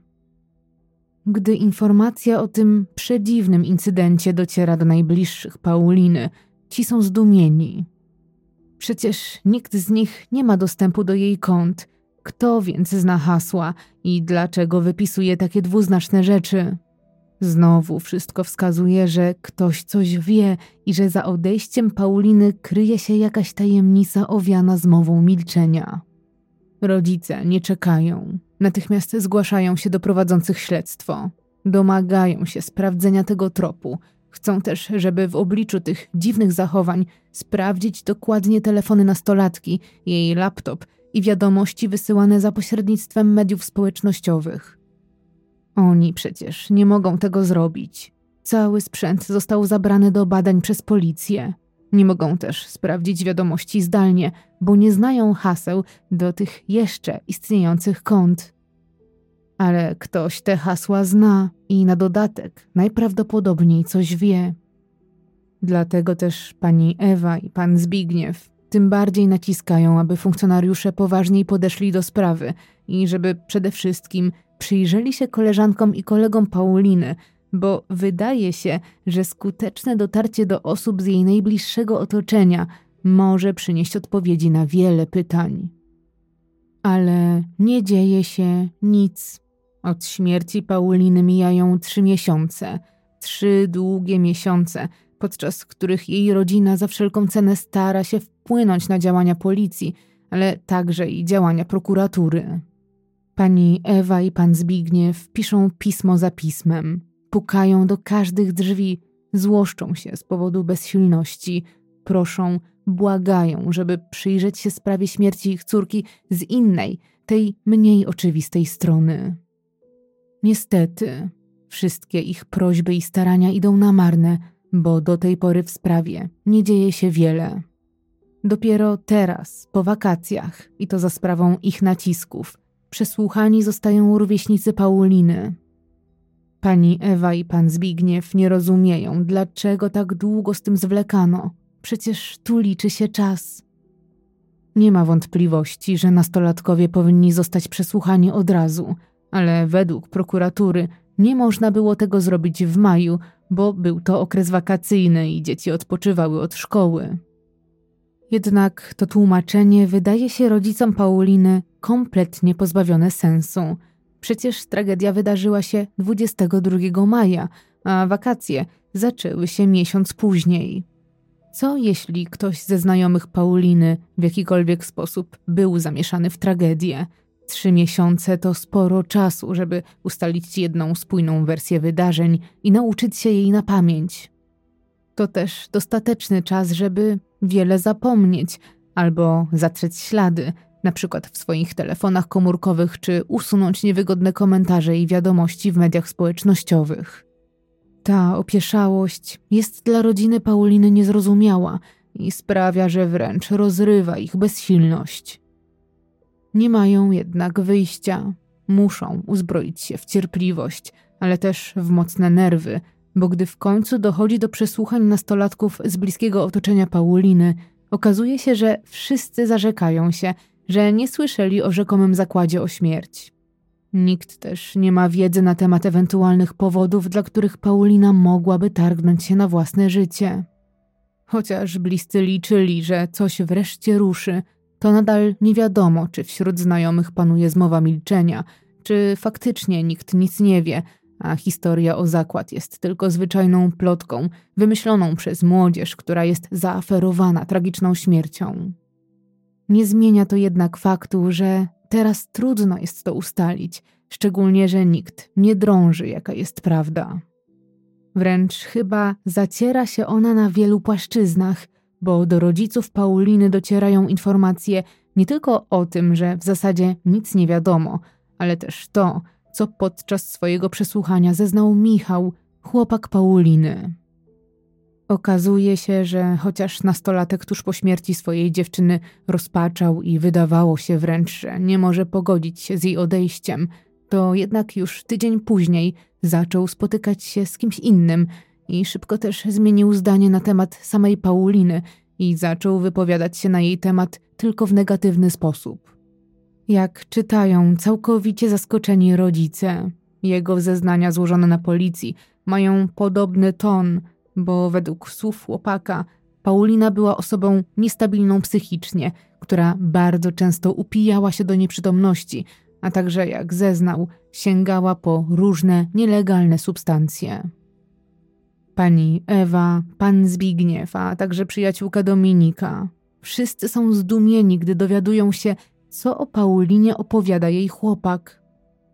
Gdy informacja o tym przedziwnym incydencie dociera do najbliższych Pauliny, ci są zdumieni. Przecież nikt z nich nie ma dostępu do jej kont. Kto więc zna hasła i dlaczego wypisuje takie dwuznaczne rzeczy? Znowu wszystko wskazuje, że ktoś coś wie i że za odejściem Pauliny kryje się jakaś tajemnica owiana zmową milczenia. Rodzice nie czekają. Natychmiast zgłaszają się do prowadzących śledztwo. Domagają się sprawdzenia tego tropu. Chcą też, żeby w obliczu tych dziwnych zachowań sprawdzić dokładnie telefony nastolatki, jej laptop i wiadomości wysyłane za pośrednictwem mediów społecznościowych. Oni przecież nie mogą tego zrobić. Cały sprzęt został zabrany do badań przez policję. Nie mogą też sprawdzić wiadomości zdalnie, bo nie znają haseł do tych jeszcze istniejących kont. Ale ktoś te hasła zna i na dodatek najprawdopodobniej coś wie. Dlatego też pani Ewa i pan Zbigniew tym bardziej naciskają, aby funkcjonariusze poważniej podeszli do sprawy i żeby przede wszystkim przyjrzeli się koleżankom i kolegom Pauliny, bo wydaje się, że skuteczne dotarcie do osób z jej najbliższego otoczenia może przynieść odpowiedzi na wiele pytań. Ale nie dzieje się nic. Od śmierci Pauliny mijają 3 miesiące. 3 długie miesiące, podczas których jej rodzina za wszelką cenę stara się wpłynąć na działania policji, ale także i działania prokuratury. Pani Ewa i pan Zbigniew piszą pismo za pismem. Pukają do każdych drzwi, złoszczą się z powodu bezsilności, proszą, błagają, żeby przyjrzeć się sprawie śmierci ich córki z innej, tej mniej oczywistej strony. Niestety, wszystkie ich prośby i starania idą na marne, bo do tej pory w sprawie nie dzieje się wiele. Dopiero teraz, po wakacjach, i to za sprawą ich nacisków, przesłuchani zostają rówieśnicy Pauliny. Pani Ewa i pan Zbigniew nie rozumieją, dlaczego tak długo z tym zwlekano. Przecież tu liczy się czas. Nie ma wątpliwości, że nastolatkowie powinni zostać przesłuchani od razu, ale według prokuratury nie można było tego zrobić w maju, bo był to okres wakacyjny i dzieci odpoczywały od szkoły. Jednak to tłumaczenie wydaje się rodzicom Pauliny kompletnie pozbawione sensu. Przecież tragedia wydarzyła się 22 maja, a wakacje zaczęły się miesiąc później. Co jeśli ktoś ze znajomych Pauliny w jakikolwiek sposób był zamieszany w tragedię? 3 miesiące to sporo czasu, żeby ustalić jedną spójną wersję wydarzeń i nauczyć się jej na pamięć. To też dostateczny czas, żeby wiele zapomnieć albo zatrzeć ślady, na przykład w swoich telefonach komórkowych, czy usunąć niewygodne komentarze i wiadomości w mediach społecznościowych. Ta opieszałość jest dla rodziny Pauliny niezrozumiała i sprawia, że wręcz rozrywa ich bezsilność. Nie mają jednak wyjścia. Muszą uzbroić się w cierpliwość, ale też w mocne nerwy, bo gdy w końcu dochodzi do przesłuchań nastolatków z bliskiego otoczenia Pauliny, okazuje się, że wszyscy zarzekają się, że nie słyszeli o rzekomym zakładzie o śmierć. Nikt też nie ma wiedzy na temat ewentualnych powodów, dla których Paulina mogłaby targnąć się na własne życie. Chociaż bliscy liczyli, że coś wreszcie ruszy, to nadal nie wiadomo, czy wśród znajomych panuje zmowa milczenia, czy faktycznie nikt nic nie wie, a historia o zakład jest tylko zwyczajną plotką wymyśloną przez młodzież, która jest zaaferowana tragiczną śmiercią. Nie zmienia to jednak faktu, że teraz trudno jest to ustalić, szczególnie, że nikt nie drąży, jaka jest prawda. Wręcz chyba zaciera się ona na wielu płaszczyznach, bo do rodziców Pauliny docierają informacje nie tylko o tym, że w zasadzie nic nie wiadomo, ale też to, co podczas swojego przesłuchania zeznał Michał, chłopak Pauliny. Okazuje się, że chociaż nastolatek tuż po śmierci swojej dziewczyny rozpaczał i wydawało się wręcz, że nie może pogodzić się z jej odejściem, to jednak już tydzień później zaczął spotykać się z kimś innym i szybko też zmienił zdanie na temat samej Pauliny i zaczął wypowiadać się na jej temat tylko w negatywny sposób. Jak czytają całkowicie zaskoczeni rodzice, jego zeznania złożone na policji mają podobny ton, bo według słów chłopaka Paulina była osobą niestabilną psychicznie, która bardzo często upijała się do nieprzytomności, a także, jak zeznał, sięgała po różne nielegalne substancje. Pani Ewa, pan Zbigniew, a także przyjaciółka Dominika. Wszyscy są zdumieni, gdy dowiadują się, co o Paulinie opowiada jej chłopak.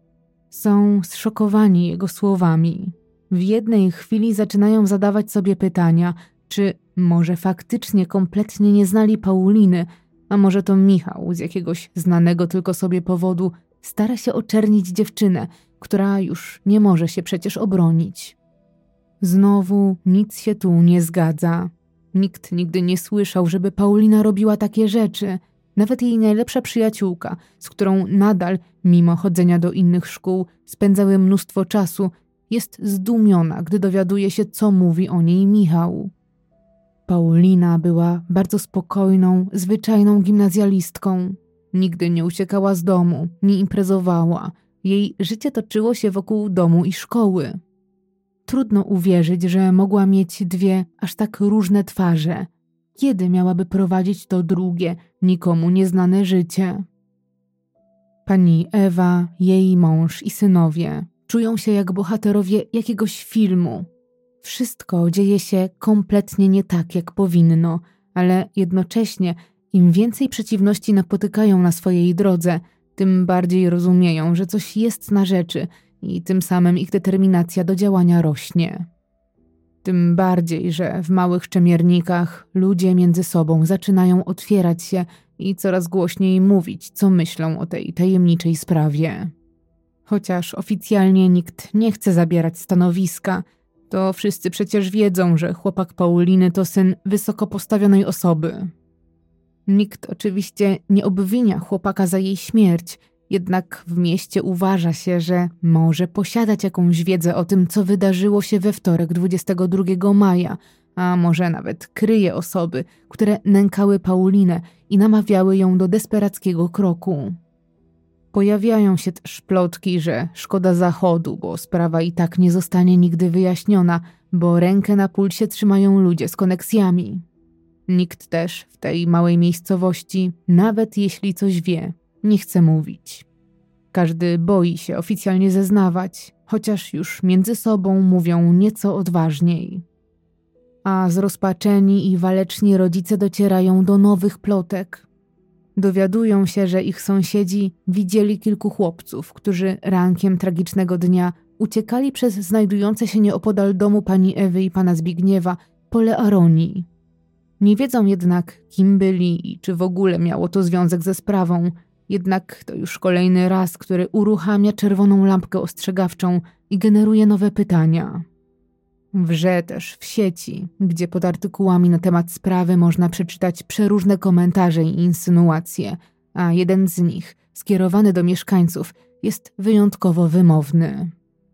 Są zszokowani jego słowami. W jednej chwili zaczynają zadawać sobie pytania, czy może faktycznie kompletnie nie znali Pauliny, a może to Michał z jakiegoś znanego tylko sobie powodu stara się oczernić dziewczynę, która już nie może się przecież obronić. Znowu nic się tu nie zgadza. Nikt nigdy nie słyszał, żeby Paulina robiła takie rzeczy. Nawet jej najlepsza przyjaciółka, z którą nadal, mimo chodzenia do innych szkół, spędzały mnóstwo czasu, jest zdumiona, gdy dowiaduje się, co mówi o niej Michał. Paulina była bardzo spokojną, zwyczajną gimnazjalistką. Nigdy nie uciekała z domu, nie imprezowała. Jej życie toczyło się wokół domu i szkoły. Trudno uwierzyć, że mogła mieć dwie aż tak różne twarze. Kiedy miałaby prowadzić to drugie, nikomu nieznane życie? Pani Ewa, jej mąż i synowie czują się jak bohaterowie jakiegoś filmu. Wszystko dzieje się kompletnie nie tak, jak powinno, ale jednocześnie im więcej przeciwności napotykają na swojej drodze, tym bardziej rozumieją, że coś jest na rzeczy i tym samym ich determinacja do działania rośnie. Tym bardziej, że w małych Czemiernikach ludzie między sobą zaczynają otwierać się i coraz głośniej mówić, co myślą o tej tajemniczej sprawie. Chociaż oficjalnie nikt nie chce zabierać stanowiska, to wszyscy przecież wiedzą, że chłopak Pauliny to syn wysoko postawionej osoby. Nikt oczywiście nie obwinia chłopaka za jej śmierć, jednak w mieście uważa się, że może posiadać jakąś wiedzę o tym, co wydarzyło się we wtorek 22 maja, a może nawet kryje osoby, które nękały Paulinę i namawiały ją do desperackiego kroku. Pojawiają się też plotki, że szkoda Zachodu, bo sprawa i tak nie zostanie nigdy wyjaśniona, bo rękę na pulsie trzymają ludzie z koneksjami. Nikt też w tej małej miejscowości, nawet jeśli coś wie, nie chce mówić. Każdy boi się oficjalnie zeznawać, chociaż już między sobą mówią nieco odważniej. A zrozpaczeni i waleczni rodzice docierają do nowych plotek. Dowiadują się, że ich sąsiedzi widzieli kilku chłopców, którzy rankiem tragicznego dnia uciekali przez znajdujące się nieopodal domu pani Ewy i pana Zbigniewa pole aronii. Nie wiedzą jednak, kim byli i czy w ogóle miało to związek ze sprawą, jednak to już kolejny raz, który uruchamia czerwoną lampkę ostrzegawczą i generuje nowe pytania. Wrze też w sieci, gdzie pod artykułami na temat sprawy można przeczytać przeróżne komentarze i insynuacje, a jeden z nich, skierowany do mieszkańców, jest wyjątkowo wymowny.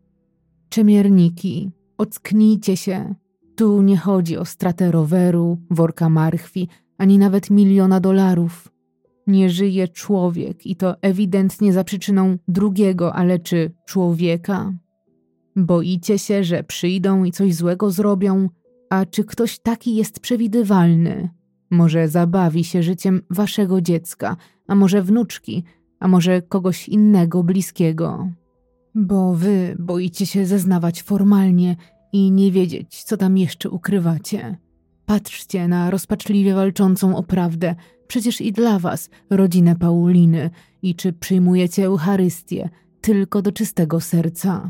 Czemierniki, ocknijcie się. Tu nie chodzi o stratę roweru, worka marchwi, ani nawet $1 000 000. Nie żyje człowiek i to ewidentnie za przyczyną drugiego, ale czy człowieka? Boicie się, że przyjdą i coś złego zrobią? A czy ktoś taki jest przewidywalny? Może zabawi się życiem waszego dziecka, a może wnuczki, a może kogoś innego bliskiego? Bo wy boicie się zeznawać formalnie i nie wiedzieć, co tam jeszcze ukrywacie. Patrzcie na rozpaczliwie walczącą o prawdę, przecież i dla was, rodzinę Pauliny, i czy przyjmujecie Eucharystię tylko do czystego serca.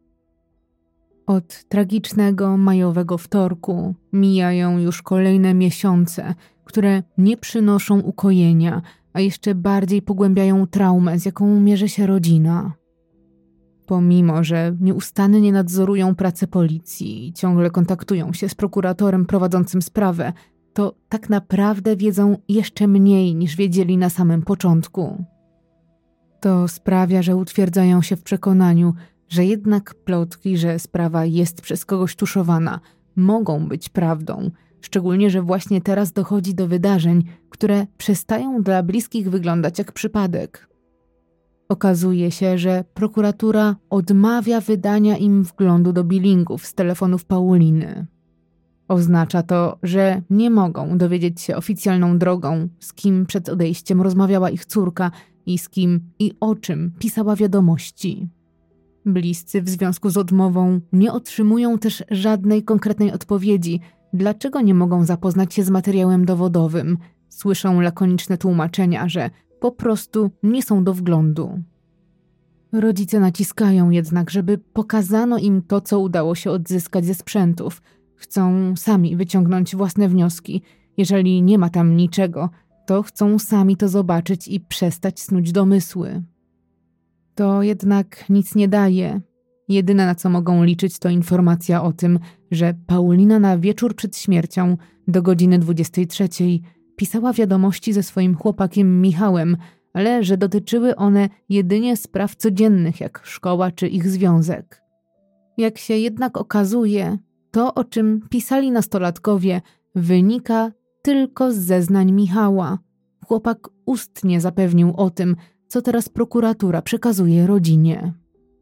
Od tragicznego majowego wtorku mijają już kolejne miesiące, które nie przynoszą ukojenia, a jeszcze bardziej pogłębiają traumę, z jaką mierzy się rodzina. Pomimo, że nieustannie nadzorują pracę policji i ciągle kontaktują się z prokuratorem prowadzącym sprawę, to tak naprawdę wiedzą jeszcze mniej niż wiedzieli na samym początku. To sprawia, że utwierdzają się w przekonaniu, że jednak plotki, że sprawa jest przez kogoś tuszowana, mogą być prawdą, szczególnie, że właśnie teraz dochodzi do wydarzeń, które przestają dla bliskich wyglądać jak przypadek. Okazuje się, że prokuratura odmawia wydania im wglądu do billingów z telefonów Pauliny. Oznacza to, że nie mogą dowiedzieć się oficjalną drogą, z kim przed odejściem rozmawiała ich córka i z kim i o czym pisała wiadomości. Bliscy w związku z odmową nie otrzymują też żadnej konkretnej odpowiedzi, dlaczego nie mogą zapoznać się z materiałem dowodowym. Słyszą lakoniczne tłumaczenia, że po prostu nie są do wglądu. Rodzice naciskają jednak, żeby pokazano im to, co udało się odzyskać ze sprzętów. Chcą sami wyciągnąć własne wnioski. Jeżeli nie ma tam niczego, to chcą sami to zobaczyć i przestać snuć domysły. To jednak nic nie daje. Jedyne, na co mogą liczyć, to informacja o tym, że Paulina na wieczór przed śmiercią do godziny 23 pisała wiadomości ze swoim chłopakiem Michałem, ale że dotyczyły one jedynie spraw codziennych, jak szkoła czy ich związek. Jak się jednak okazuje, to, o czym pisali nastolatkowie, wynika tylko z zeznań Michała. Chłopak ustnie zapewnił o tym, co teraz prokuratura przekazuje rodzinie.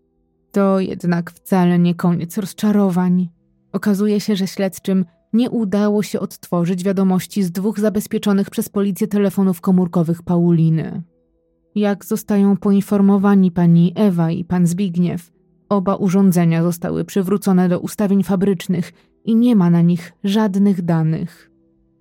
To jednak wcale nie koniec rozczarowań. Okazuje się, że śledczym nie udało się odtworzyć wiadomości z 2 zabezpieczonych przez policję telefonów komórkowych Pauliny. Jak zostają poinformowani pani Ewa i pan Zbigniew, oba urządzenia zostały przywrócone do ustawień fabrycznych i nie ma na nich żadnych danych.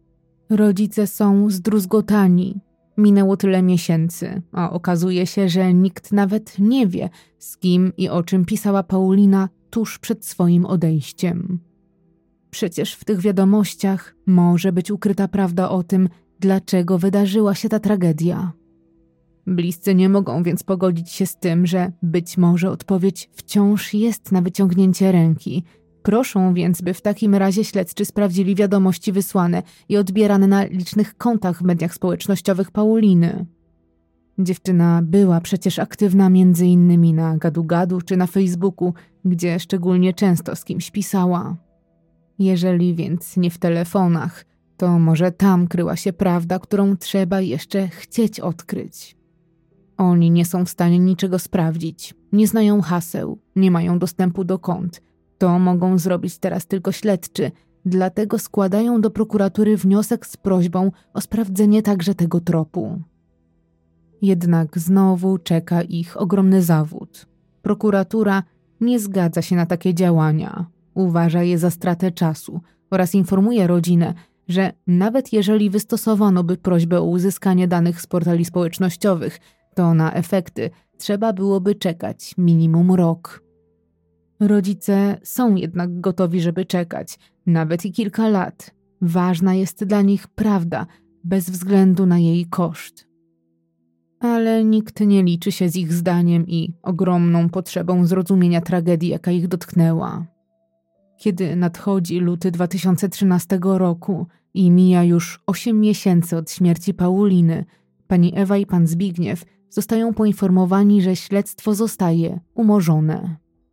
Rodzice są zdruzgotani. Minęło tyle miesięcy, a okazuje się, że nikt nawet nie wie, z kim i o czym pisała Paulina tuż przed swoim odejściem. Przecież w tych wiadomościach może być ukryta prawda o tym, dlaczego wydarzyła się ta tragedia. Bliscy nie mogą więc pogodzić się z tym, że być może odpowiedź wciąż jest na wyciągnięcie ręki. Proszą więc, by w takim razie śledczy sprawdzili wiadomości wysłane i odbierane na licznych kontach w mediach społecznościowych Pauliny. Dziewczyna była przecież aktywna m.in. na Gadu-Gadu czy na Facebooku, gdzie szczególnie często z kimś pisała. Jeżeli więc nie w telefonach, to może tam kryła się prawda, którą trzeba jeszcze chcieć odkryć. Oni nie są w stanie niczego sprawdzić, nie znają haseł, nie mają dostępu do kont. To mogą zrobić teraz tylko śledczy, dlatego składają do prokuratury wniosek z prośbą o sprawdzenie także tego tropu. Jednak znowu czeka ich ogromny zawód. Prokuratura nie zgadza się na takie działania, uważa je za stratę czasu oraz informuje rodzinę, że nawet jeżeli wystosowano by prośbę o uzyskanie danych z portali społecznościowych, to na efekty trzeba byłoby czekać minimum rok. Rodzice są jednak gotowi, żeby czekać, nawet i kilka lat. Ważna jest dla nich prawda, bez względu na jej koszt. Ale nikt nie liczy się z ich zdaniem i ogromną potrzebą zrozumienia tragedii, jaka ich dotknęła. Kiedy nadchodzi luty 2013 roku i mija już 8 miesięcy od śmierci Pauliny, pani Ewa i pan Zbigniew zostają poinformowani, że śledztwo zostaje umorzone.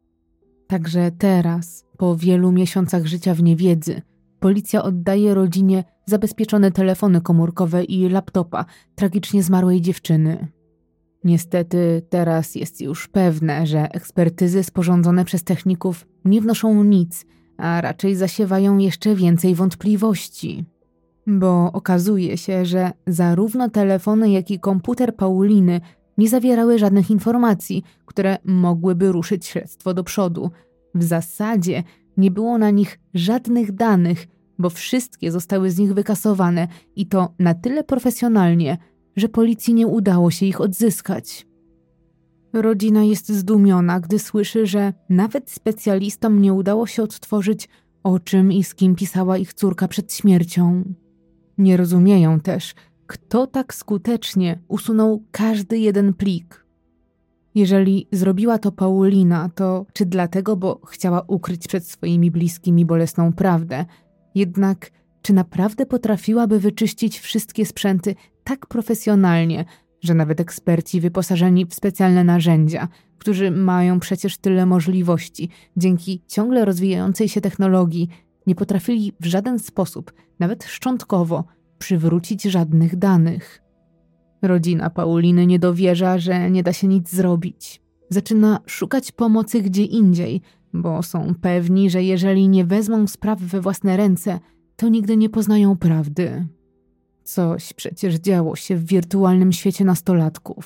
Także teraz, po wielu miesiącach życia w niewiedzy, policja oddaje rodzinie zabezpieczone telefony komórkowe i laptopa tragicznie zmarłej dziewczyny. Niestety teraz jest już pewne, że ekspertyzy sporządzone przez techników nie wnoszą nic, a raczej zasiewają jeszcze więcej wątpliwości. Bo okazuje się, że zarówno telefony, jak i komputer Pauliny nie zawierały żadnych informacji, które mogłyby ruszyć śledztwo do przodu. W zasadzie nie było na nich żadnych danych, bo wszystkie zostały z nich wykasowane i to na tyle profesjonalnie, że policji nie udało się ich odzyskać. Rodzina jest zdumiona, gdy słyszy, że nawet specjalistom nie udało się odtworzyć, o czym i z kim pisała ich córka przed śmiercią. Nie rozumieją też, kto tak skutecznie usunął każdy jeden plik. Jeżeli zrobiła to Paulina, to czy dlatego, bo chciała ukryć przed swoimi bliskimi bolesną prawdę, jednak czy naprawdę potrafiłaby wyczyścić wszystkie sprzęty tak profesjonalnie, że nawet eksperci wyposażeni w specjalne narzędzia, którzy mają przecież tyle możliwości, dzięki ciągle rozwijającej się technologii, nie potrafili w żaden sposób, nawet szczątkowo, przywrócić żadnych danych. Rodzina Pauliny nie dowierza, że nie da się nic zrobić. Zaczyna szukać pomocy gdzie indziej, bo są pewni, że jeżeli nie wezmą spraw we własne ręce, to nigdy nie poznają prawdy. Coś przecież działo się w wirtualnym świecie nastolatków. I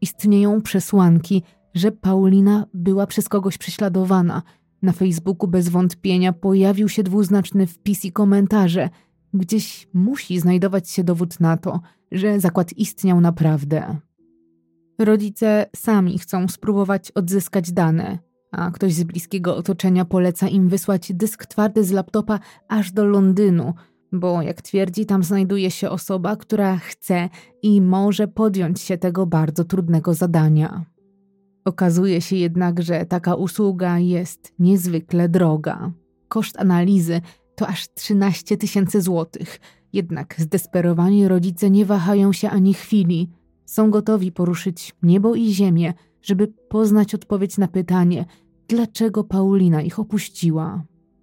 istnieją przesłanki, że Paulina była przez kogoś prześladowana. Na Facebooku bez wątpienia pojawił się dwuznaczny wpis i komentarze. Gdzieś musi znajdować się dowód na to, że zakład istniał naprawdę. Rodzice sami chcą spróbować odzyskać dane, a ktoś z bliskiego otoczenia poleca im wysłać dysk twardy z laptopa aż do Londynu, bo jak twierdzi, tam znajduje się osoba, która chce i może podjąć się tego bardzo trudnego zadania. Okazuje się jednak, że taka usługa jest niezwykle droga. Koszt analizy to aż 13 000 złotych. Jednak zdesperowani rodzice nie wahają się ani chwili. Są gotowi poruszyć niebo i ziemię, żeby poznać odpowiedź na pytanie, dlaczego Paulina ich opuściła.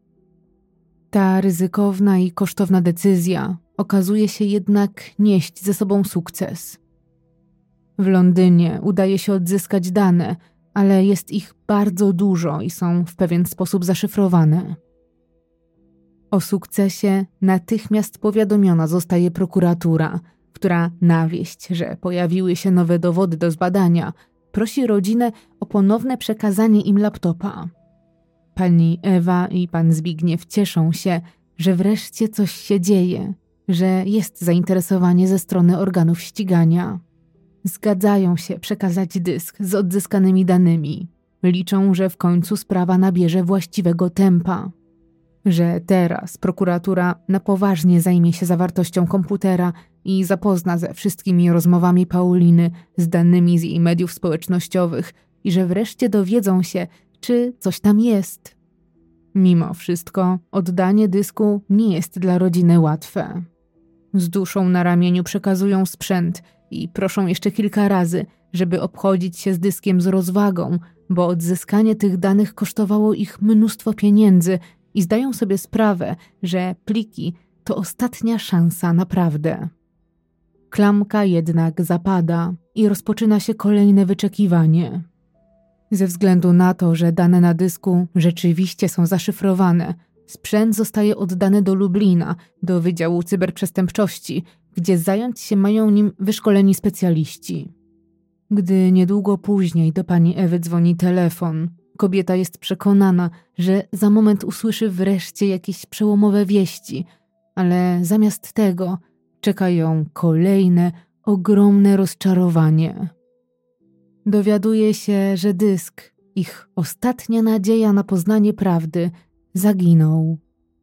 Ta ryzykowna i kosztowna decyzja okazuje się jednak nieść ze sobą sukces. W Londynie udaje się odzyskać dane, ale jest ich bardzo dużo i są w pewien sposób zaszyfrowane. O sukcesie natychmiast powiadomiona zostaje prokuratura, która na wieść, że pojawiły się nowe dowody do zbadania, prosi rodzinę o ponowne przekazanie im laptopa. Pani Ewa i pan Zbigniew cieszą się, że wreszcie coś się dzieje, że jest zainteresowanie ze strony organów ścigania. Zgadzają się przekazać dysk z odzyskanymi danymi. Liczą, że w końcu sprawa nabierze właściwego tempa. Że teraz prokuratura na poważnie zajmie się zawartością komputera i zapozna ze wszystkimi rozmowami Pauliny z danymi z jej mediów społecznościowych i że wreszcie dowiedzą się, czy coś tam jest. Mimo wszystko oddanie dysku nie jest dla rodziny łatwe. Z duszą na ramieniu przekazują sprzęt i proszą jeszcze kilka razy, żeby obchodzić się z dyskiem z rozwagą, bo odzyskanie tych danych kosztowało ich mnóstwo pieniędzy i zdają sobie sprawę, że pliki to ostatnia szansa naprawdę. Klamka jednak zapada i rozpoczyna się kolejne wyczekiwanie. Ze względu na to, że dane na dysku rzeczywiście są zaszyfrowane, sprzęt zostaje oddany do Lublina, do Wydziału Cyberprzestępczości, gdzie zająć się mają nim wyszkoleni specjaliści. Gdy niedługo później do pani Ewy dzwoni telefon, kobieta jest przekonana, że za moment usłyszy wreszcie jakieś przełomowe wieści, ale zamiast tego czeka ją kolejne, ogromne rozczarowanie. Dowiaduje się, że dysk, ich ostatnia nadzieja na poznanie prawdy, zaginął.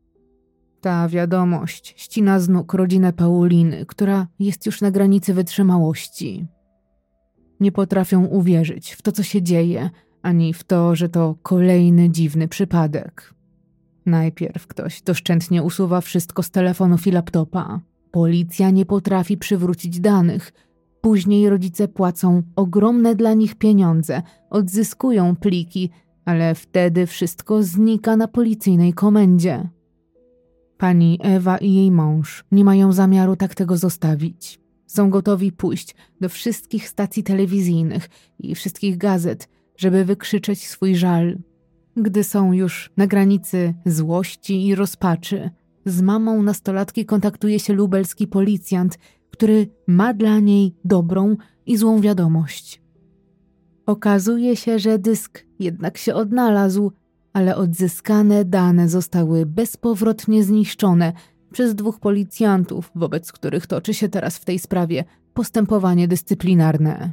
Ta wiadomość ścina z nóg rodzinę Pauliny, która jest już na granicy wytrzymałości. Nie potrafią uwierzyć w to, co się dzieje, ani w to, że to kolejny dziwny przypadek. Najpierw ktoś doszczętnie usuwa wszystko z telefonów i laptopa. Policja nie potrafi przywrócić danych. Później rodzice płacą ogromne dla nich pieniądze, odzyskują pliki, ale wtedy wszystko znika na policyjnej komendzie. Pani Ewa i jej mąż nie mają zamiaru tak tego zostawić. Są gotowi pójść do wszystkich stacji telewizyjnych i wszystkich gazet, żeby wykrzyczeć swój żal. Gdy są już na granicy złości i rozpaczy, z mamą nastolatki kontaktuje się lubelski policjant, który ma dla niej dobrą i złą wiadomość. Okazuje się, że dysk jednak się odnalazł, ale odzyskane dane zostały bezpowrotnie zniszczone przez 2 policjantów, wobec których toczy się teraz w tej sprawie postępowanie dyscyplinarne.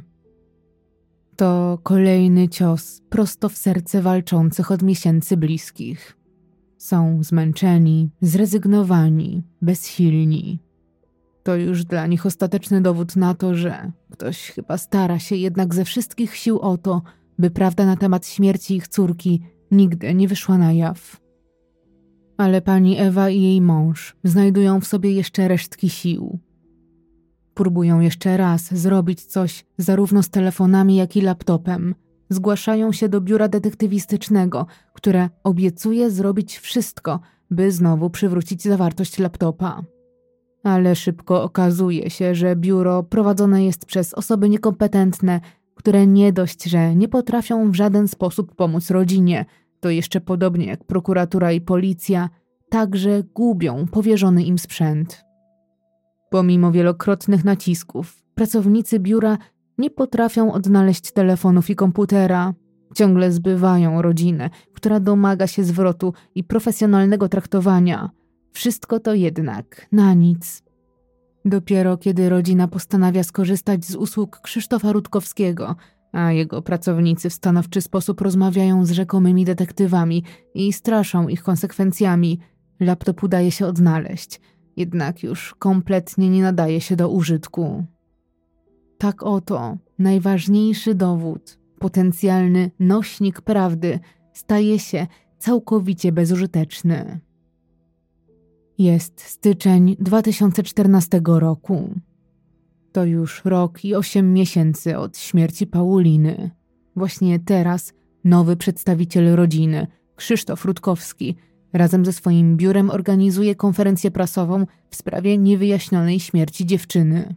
To kolejny cios prosto w serce walczących od miesięcy bliskich. Są zmęczeni, zrezygnowani, bezsilni. To już dla nich ostateczny dowód na to, że ktoś chyba stara się jednak ze wszystkich sił o to, by prawda na temat śmierci ich córki nigdy nie wyszła na jaw. Ale pani Ewa i jej mąż znajdują w sobie jeszcze resztki sił. Próbują jeszcze raz zrobić coś zarówno z telefonami, jak i laptopem. Zgłaszają się do biura detektywistycznego, które obiecuje zrobić wszystko, by znowu przywrócić zawartość laptopa. Ale szybko okazuje się, że biuro prowadzone jest przez osoby niekompetentne, które nie dość, że nie potrafią w żaden sposób pomóc rodzinie, to jeszcze podobnie jak prokuratura i policja, także gubią powierzony im sprzęt. Pomimo wielokrotnych nacisków, pracownicy biura nie potrafią odnaleźć telefonów i komputera. Ciągle zbywają rodzinę, która domaga się zwrotu i profesjonalnego traktowania. Wszystko to jednak na nic. Dopiero kiedy rodzina postanawia skorzystać z usług Krzysztofa Rutkowskiego, a jego pracownicy w stanowczy sposób rozmawiają z rzekomymi detektywami i straszą ich konsekwencjami, laptop udaje się odnaleźć, jednak już kompletnie nie nadaje się do użytku. Tak oto najważniejszy dowód, potencjalny nośnik prawdy, staje się całkowicie bezużyteczny. Jest styczeń 2014 roku. To już rok i 8 miesięcy od śmierci Pauliny. Właśnie teraz nowy przedstawiciel rodziny, Krzysztof Rutkowski, razem ze swoim biurem organizuje konferencję prasową w sprawie niewyjaśnionej śmierci dziewczyny.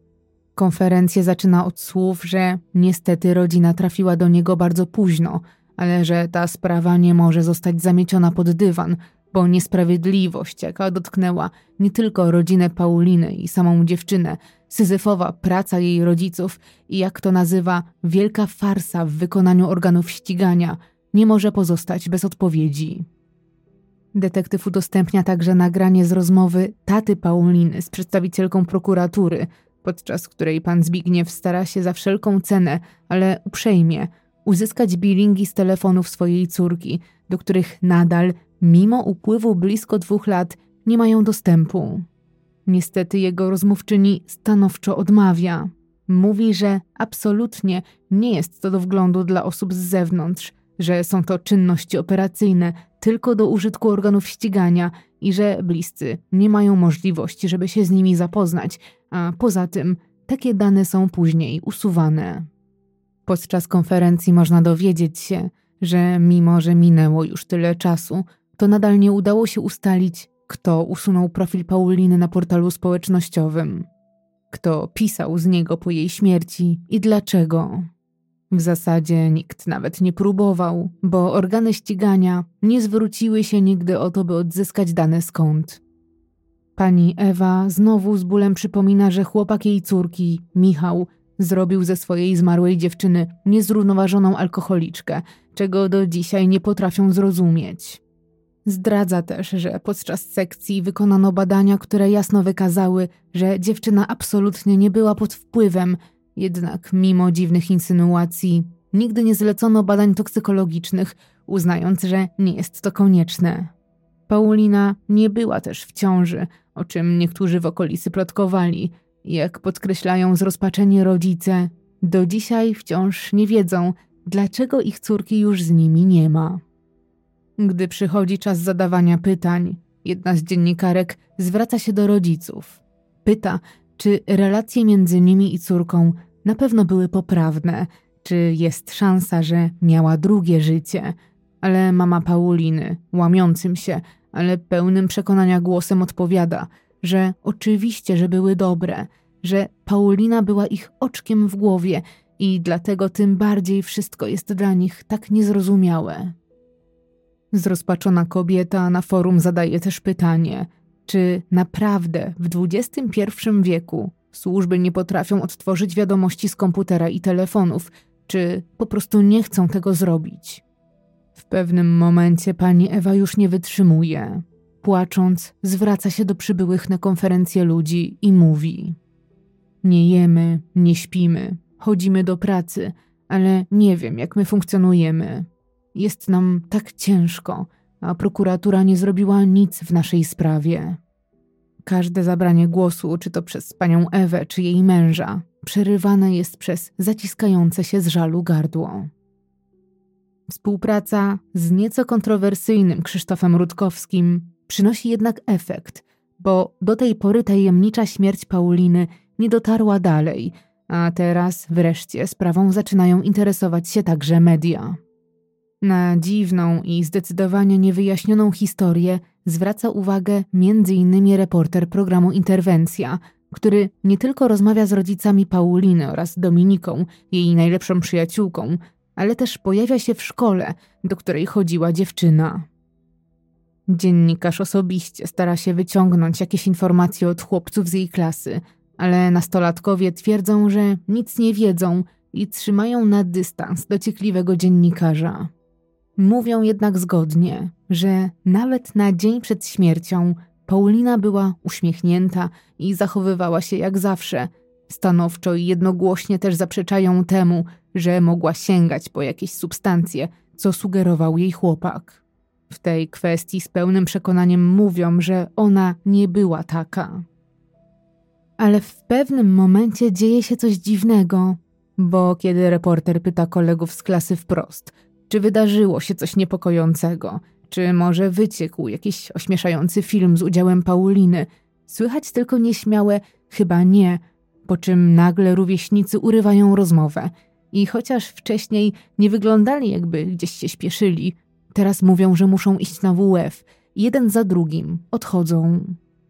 Konferencję zaczyna od słów, że niestety rodzina trafiła do niego bardzo późno, ale że ta sprawa nie może zostać zamieciona pod dywan, bo niesprawiedliwość, jaka dotknęła nie tylko rodzinę Pauliny i samą dziewczynę, syzyfowa praca jej rodziców i jak to nazywa wielka farsa w wykonaniu organów ścigania, nie może pozostać bez odpowiedzi. Detektyw udostępnia także nagranie z rozmowy taty Pauliny z przedstawicielką prokuratury, podczas której pan Zbigniew stara się za wszelką cenę, ale uprzejmie, uzyskać bilingi z telefonów swojej córki, do których nadal, mimo upływu blisko 2 lat, nie mają dostępu. Niestety jego rozmówczyni stanowczo odmawia. Mówi, że absolutnie nie jest to do wglądu dla osób z zewnątrz, że są to czynności operacyjne tylko do użytku organów ścigania i że bliscy nie mają możliwości, żeby się z nimi zapoznać, a poza tym takie dane są później usuwane. Podczas konferencji można dowiedzieć się, że mimo że minęło już tyle czasu, to nadal nie udało się ustalić, kto usunął profil Pauliny na portalu społecznościowym, kto pisał z niego po jej śmierci i dlaczego. W zasadzie nikt nawet nie próbował, bo organy ścigania nie zwróciły się nigdy o to, by odzyskać dane z kont. Pani Ewa znowu z bólem przypomina, że chłopak jej córki, Michał, zrobił ze swojej zmarłej dziewczyny niezrównoważoną alkoholiczkę, czego do dzisiaj nie potrafią zrozumieć. Zdradza też, że podczas sekcji wykonano badania, które jasno wykazały, że dziewczyna absolutnie nie była pod wpływem, jednak mimo dziwnych insynuacji nigdy nie zlecono badań toksykologicznych, uznając, że nie jest to konieczne. Paulina nie była też w ciąży, o czym niektórzy w okolicy plotkowali. Jak podkreślają zrozpaczeni rodzice, do dzisiaj wciąż nie wiedzą, dlaczego ich córki już z nimi nie ma. Gdy przychodzi czas zadawania pytań, jedna z dziennikarek zwraca się do rodziców. Pyta, czy relacje między nimi i córką na pewno były poprawne, czy jest szansa, że miała drugie życie. Ale mama Pauliny, łamiącym się, ale pełnym przekonania głosem odpowiada, że oczywiście, że były dobre, że Paulina była ich oczkiem w głowie i dlatego tym bardziej wszystko jest dla nich tak niezrozumiałe. Zrozpaczona kobieta na forum zadaje też pytanie, czy naprawdę w XXI wieku służby nie potrafią odtworzyć wiadomości z komputera i telefonów, czy po prostu nie chcą tego zrobić. W pewnym momencie pani Ewa już nie wytrzymuje. Płacząc, zwraca się do przybyłych na konferencję ludzi i mówi: nie jemy, nie śpimy, chodzimy do pracy, ale nie wiem, jak my funkcjonujemy. Jest nam tak ciężko, a prokuratura nie zrobiła nic w naszej sprawie. Każde zabranie głosu, czy to przez panią Ewę, czy jej męża, przerywane jest przez zaciskające się z żalu gardło. Współpraca z nieco kontrowersyjnym Krzysztofem Rutkowskim przynosi jednak efekt, bo do tej pory tajemnicza śmierć Pauliny nie dotarła dalej, a teraz wreszcie sprawą zaczynają interesować się także media. Na dziwną i zdecydowanie niewyjaśnioną historię zwraca uwagę m.in. reporter programu Interwencja, który nie tylko rozmawia z rodzicami Pauliny oraz Dominiką, jej najlepszą przyjaciółką, ale też pojawia się w szkole, do której chodziła dziewczyna. Dziennikarz osobiście stara się wyciągnąć jakieś informacje od chłopców z jej klasy, ale nastolatkowie twierdzą, że nic nie wiedzą i trzymają na dystans dociekliwego dziennikarza. Mówią jednak zgodnie, że nawet na dzień przed śmiercią Paulina była uśmiechnięta i zachowywała się jak zawsze. Stanowczo i jednogłośnie też zaprzeczają temu, że mogła sięgać po jakieś substancje, co sugerował jej chłopak. W tej kwestii z pełnym przekonaniem mówią, że ona nie była taka. Ale w pewnym momencie dzieje się coś dziwnego, bo kiedy reporter pyta kolegów z klasy wprost, czy wydarzyło się coś niepokojącego, czy może wyciekł jakiś ośmieszający film z udziałem Pauliny, słychać tylko nieśmiałe chyba nie, po czym nagle rówieśnicy urywają rozmowę i chociaż wcześniej nie wyglądali jakby gdzieś się śpieszyli, teraz mówią, że muszą iść na WF i jeden za drugim odchodzą.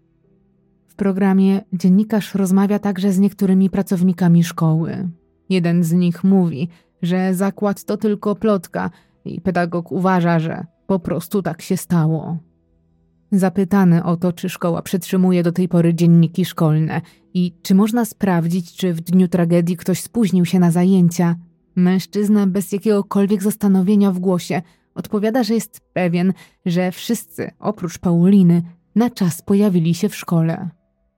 W programie dziennikarz rozmawia także z niektórymi pracownikami szkoły. Jeden z nich mówi, że zakład to tylko plotka i pedagog uważa, że po prostu tak się stało. Zapytany o to, czy szkoła przetrzymuje do tej pory dzienniki szkolne i czy można sprawdzić, czy w dniu tragedii ktoś spóźnił się na zajęcia, mężczyzna bez jakiegokolwiek zastanowienia w głosie odpowiada, że jest pewien, że wszyscy, oprócz Pauliny, na czas pojawili się w szkole.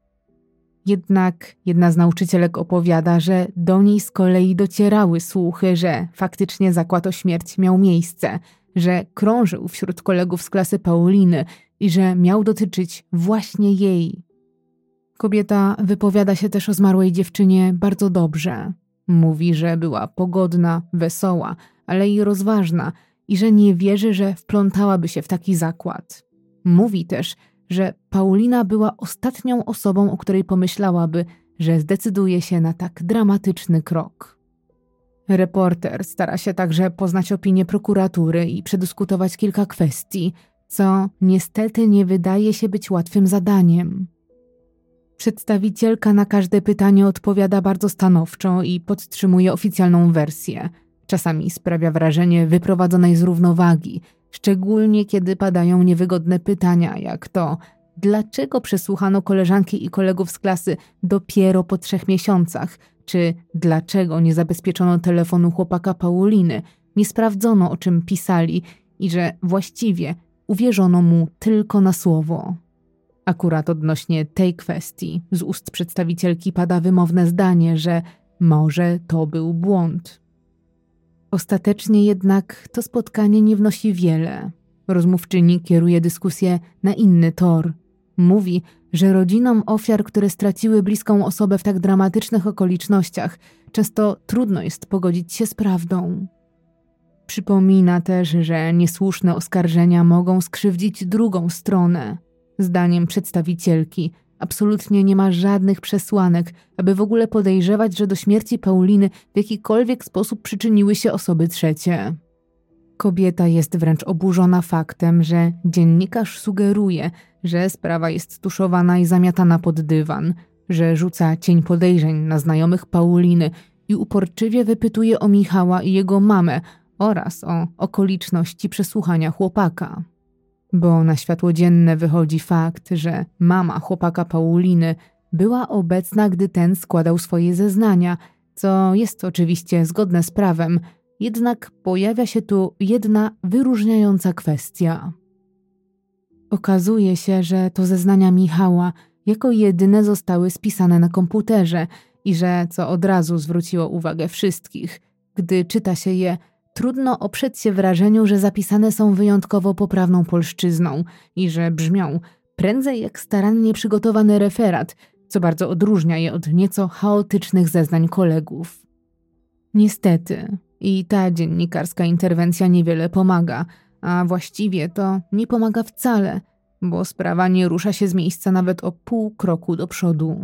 Jednak jedna z nauczycielek opowiada, że do niej z kolei docierały słuchy, że faktycznie zakład o śmierć miał miejsce, że krążył wśród kolegów z klasy Pauliny i że miał dotyczyć właśnie jej. Kobieta wypowiada się też o zmarłej dziewczynie bardzo dobrze. Mówi, że była pogodna, wesoła, ale i rozważna i że nie wierzy, że wplątałaby się w taki zakład. Mówi też, że Paulina była ostatnią osobą, o której pomyślałaby, że zdecyduje się na tak dramatyczny krok. Reporter stara się także poznać opinię prokuratury i przedyskutować kilka kwestii, co niestety nie wydaje się być łatwym zadaniem. Przedstawicielka na każde pytanie odpowiada bardzo stanowczo i podtrzymuje oficjalną wersję. Czasami sprawia wrażenie wyprowadzonej z równowagi, szczególnie kiedy padają niewygodne pytania, jak to, dlaczego przesłuchano koleżanki i kolegów z klasy dopiero po 3 miesiącach, czy dlaczego nie zabezpieczono telefonu chłopaka Pauliny, nie sprawdzono, o czym pisali i że właściwie uwierzono mu tylko na słowo. Akurat odnośnie tej kwestii z ust przedstawicielki pada wymowne zdanie, że może to był błąd. Ostatecznie jednak to spotkanie nie wnosi wiele. Rozmówczyni kieruje dyskusję na inny tor. Mówi, że rodzinom ofiar, które straciły bliską osobę w tak dramatycznych okolicznościach, często trudno jest pogodzić się z prawdą. Przypomina też, że niesłuszne oskarżenia mogą skrzywdzić drugą stronę. Zdaniem przedstawicielki absolutnie nie ma żadnych przesłanek, aby w ogóle podejrzewać, że do śmierci Pauliny w jakikolwiek sposób przyczyniły się osoby trzecie. Kobieta jest wręcz oburzona faktem, że dziennikarz sugeruje, że sprawa jest tuszowana i zamiatana pod dywan, że rzuca cień podejrzeń na znajomych Pauliny i uporczywie wypytuje o Michała i jego mamę oraz o okoliczności przesłuchania chłopaka. Bo na światło dzienne wychodzi fakt, że mama chłopaka Pauliny była obecna, gdy ten składał swoje zeznania, co jest oczywiście zgodne z prawem, jednak pojawia się tu jedna wyróżniająca kwestia. Okazuje się, że to zeznania Michała jako jedyne zostały spisane na komputerze i że, co od razu zwróciło uwagę wszystkich, gdy czyta się je, trudno oprzeć się wrażeniu, że zapisane są wyjątkowo poprawną polszczyzną i że brzmią prędzej jak starannie przygotowany referat, co bardzo odróżnia je od nieco chaotycznych zeznań kolegów. Niestety, i ta dziennikarska interwencja niewiele pomaga, a właściwie to nie pomaga wcale, bo sprawa nie rusza się z miejsca nawet o pół kroku do przodu.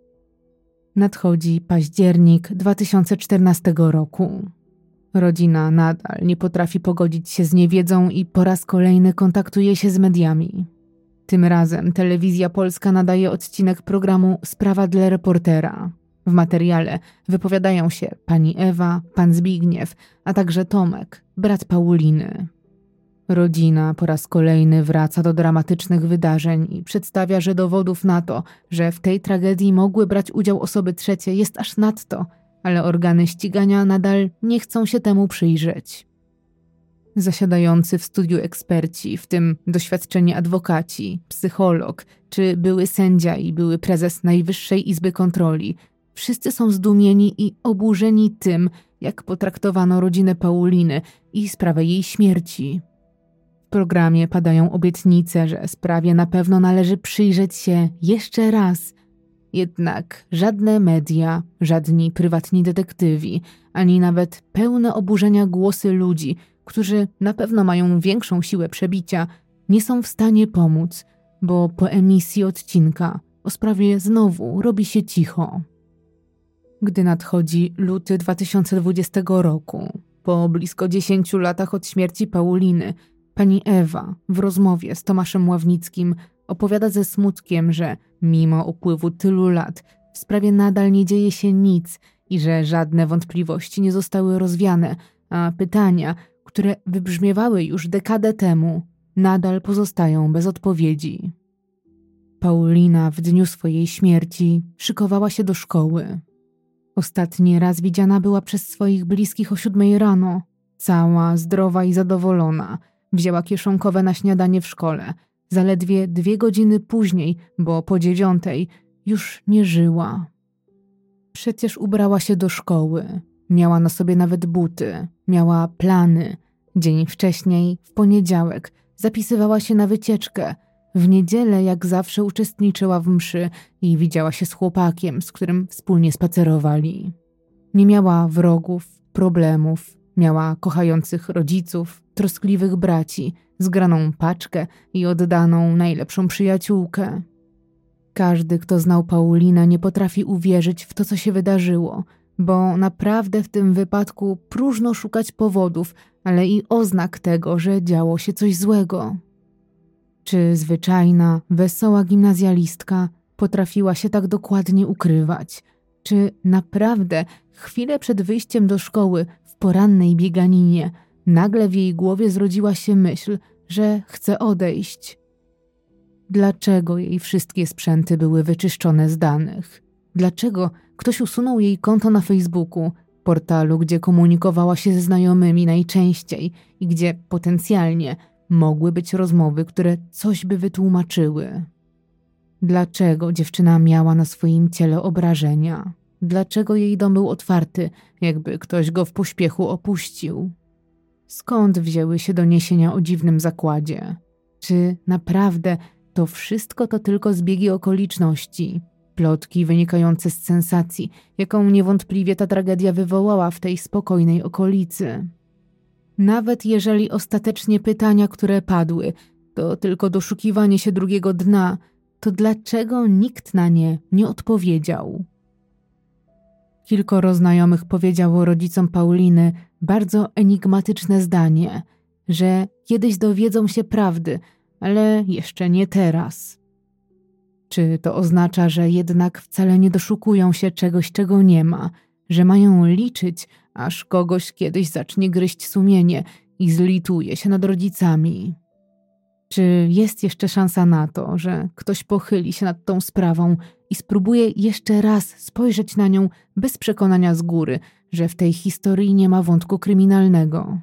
Nadchodzi październik 2014 roku. Rodzina nadal nie potrafi pogodzić się z niewiedzą i po raz kolejny kontaktuje się z mediami. Tym razem Telewizja Polska nadaje odcinek programu Sprawa dla reportera. W materiale wypowiadają się pani Ewa, pan Zbigniew, a także Tomek, brat Pauliny. Rodzina po raz kolejny wraca do dramatycznych wydarzeń i przedstawia, że dowodów na to, że w tej tragedii mogły brać udział osoby trzecie, jest aż nadto, ale organy ścigania nadal nie chcą się temu przyjrzeć. Zasiadający w studiu eksperci, w tym doświadczeni adwokaci, psycholog, czy były sędzia i były prezes Najwyższej Izby Kontroli, wszyscy są zdumieni i oburzeni tym, jak potraktowano rodzinę Pauliny i sprawę jej śmierci. W programie padają obietnice, że sprawie na pewno należy przyjrzeć się jeszcze raz. Jednak żadne media, żadni prywatni detektywi, ani nawet pełne oburzenia głosy ludzi, którzy na pewno mają większą siłę przebicia, nie są w stanie pomóc, bo po emisji odcinka o sprawie znowu robi się cicho. Gdy nadchodzi luty 2020 roku, po blisko 10 latach od śmierci Pauliny, pani Ewa w rozmowie z Tomaszem Ławnickim opowiada ze smutkiem, że mimo upływu tylu lat w sprawie nadal nie dzieje się nic i że żadne wątpliwości nie zostały rozwiane, a pytania, które wybrzmiewały już dekadę temu, nadal pozostają bez odpowiedzi. Paulina w dniu swojej śmierci szykowała się do szkoły. Ostatni raz widziana była przez swoich bliskich o 7 rano. Cała, zdrowa i zadowolona. Wzięła kieszonkowe na śniadanie w szkole. Zaledwie 2 godziny później, bo po 9, już nie żyła. Przecież ubrała się do szkoły. Miała na sobie nawet buty. Miała plany. Dzień wcześniej, w poniedziałek, zapisywała się na wycieczkę. W niedzielę jak zawsze uczestniczyła w mszy i widziała się z chłopakiem, z którym wspólnie spacerowali. Nie miała wrogów, problemów. Miała kochających rodziców, troskliwych braci, zgraną paczkę i oddaną najlepszą przyjaciółkę. Każdy, kto znał Paulinę, nie potrafi uwierzyć w to, co się wydarzyło, bo naprawdę w tym wypadku próżno szukać powodów, ale i oznak tego, że działo się coś złego. Czy zwyczajna, wesoła gimnazjalistka potrafiła się tak dokładnie ukrywać? Czy naprawdę chwilę przed wyjściem do szkoły w porannej bieganinie nagle w jej głowie zrodziła się myśl, że chce odejść? Dlaczego jej wszystkie sprzęty były wyczyszczone z danych? Dlaczego ktoś usunął jej konto na Facebooku, portalu, gdzie komunikowała się ze znajomymi najczęściej i gdzie potencjalnie mogły być rozmowy, które coś by wytłumaczyły? Dlaczego dziewczyna miała na swoim ciele obrażenia? Dlaczego jej dom był otwarty, jakby ktoś go w pośpiechu opuścił? Skąd wzięły się doniesienia o dziwnym zakładzie? Czy naprawdę to wszystko to tylko zbiegi okoliczności? Plotki wynikające z sensacji, jaką niewątpliwie ta tragedia wywołała w tej spokojnej okolicy. Nawet jeżeli ostatecznie pytania, które padły, to tylko doszukiwanie się drugiego dna, to dlaczego nikt na nie nie odpowiedział? Kilkoro znajomych powiedziało rodzicom Pauliny bardzo enigmatyczne zdanie, że kiedyś dowiedzą się prawdy, ale jeszcze nie teraz. Czy to oznacza, że jednak wcale nie doszukują się czegoś, czego nie ma, że mają liczyć, aż kogoś kiedyś zacznie gryźć sumienie i zlituje się nad rodzicami? Czy jest jeszcze szansa na to, że ktoś pochyli się nad tą sprawą i spróbuje jeszcze raz spojrzeć na nią bez przekonania z góry, że w tej historii nie ma wątku kryminalnego?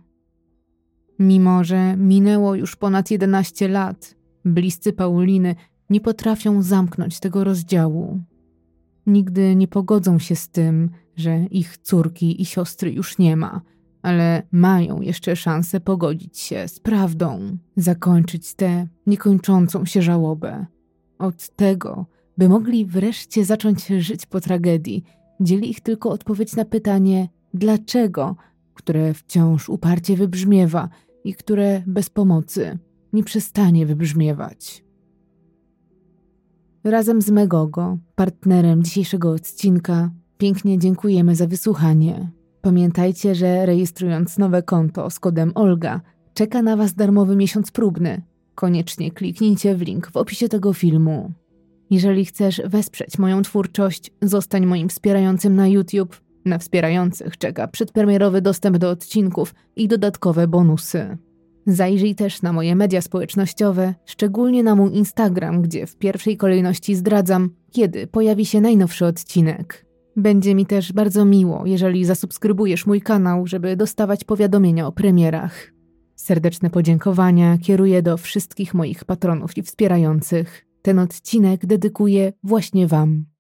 Mimo że minęło już ponad 11 lat, bliscy Pauliny nie potrafią zamknąć tego rozdziału. Nigdy nie pogodzą się z tym, że ich córki i siostry już nie ma, ale mają jeszcze szansę pogodzić się z prawdą, zakończyć tę niekończącą się żałobę. Od tego, by mogli wreszcie zacząć żyć po tragedii, dzieli ich tylko odpowiedź na pytanie dlaczego, które wciąż uparcie wybrzmiewa i które bez pomocy nie przestanie wybrzmiewać. Razem z Megogo, partnerem dzisiejszego odcinka, pięknie dziękujemy za wysłuchanie. Pamiętajcie, że rejestrując nowe konto z kodem OLGA czeka na Was darmowy miesiąc próbny. Koniecznie kliknijcie w link w opisie tego filmu. Jeżeli chcesz wesprzeć moją twórczość, zostań moim wspierającym na YouTube. Na wspierających czeka przedpremierowy dostęp do odcinków i dodatkowe bonusy. Zajrzyj też na moje media społecznościowe, szczególnie na mój Instagram, gdzie w pierwszej kolejności zdradzam, kiedy pojawi się najnowszy odcinek. Będzie mi też bardzo miło, jeżeli zasubskrybujesz mój kanał, żeby dostawać powiadomienia o premierach. Serdeczne podziękowania kieruję do wszystkich moich patronów i wspierających. Ten odcinek dedykuję właśnie Wam.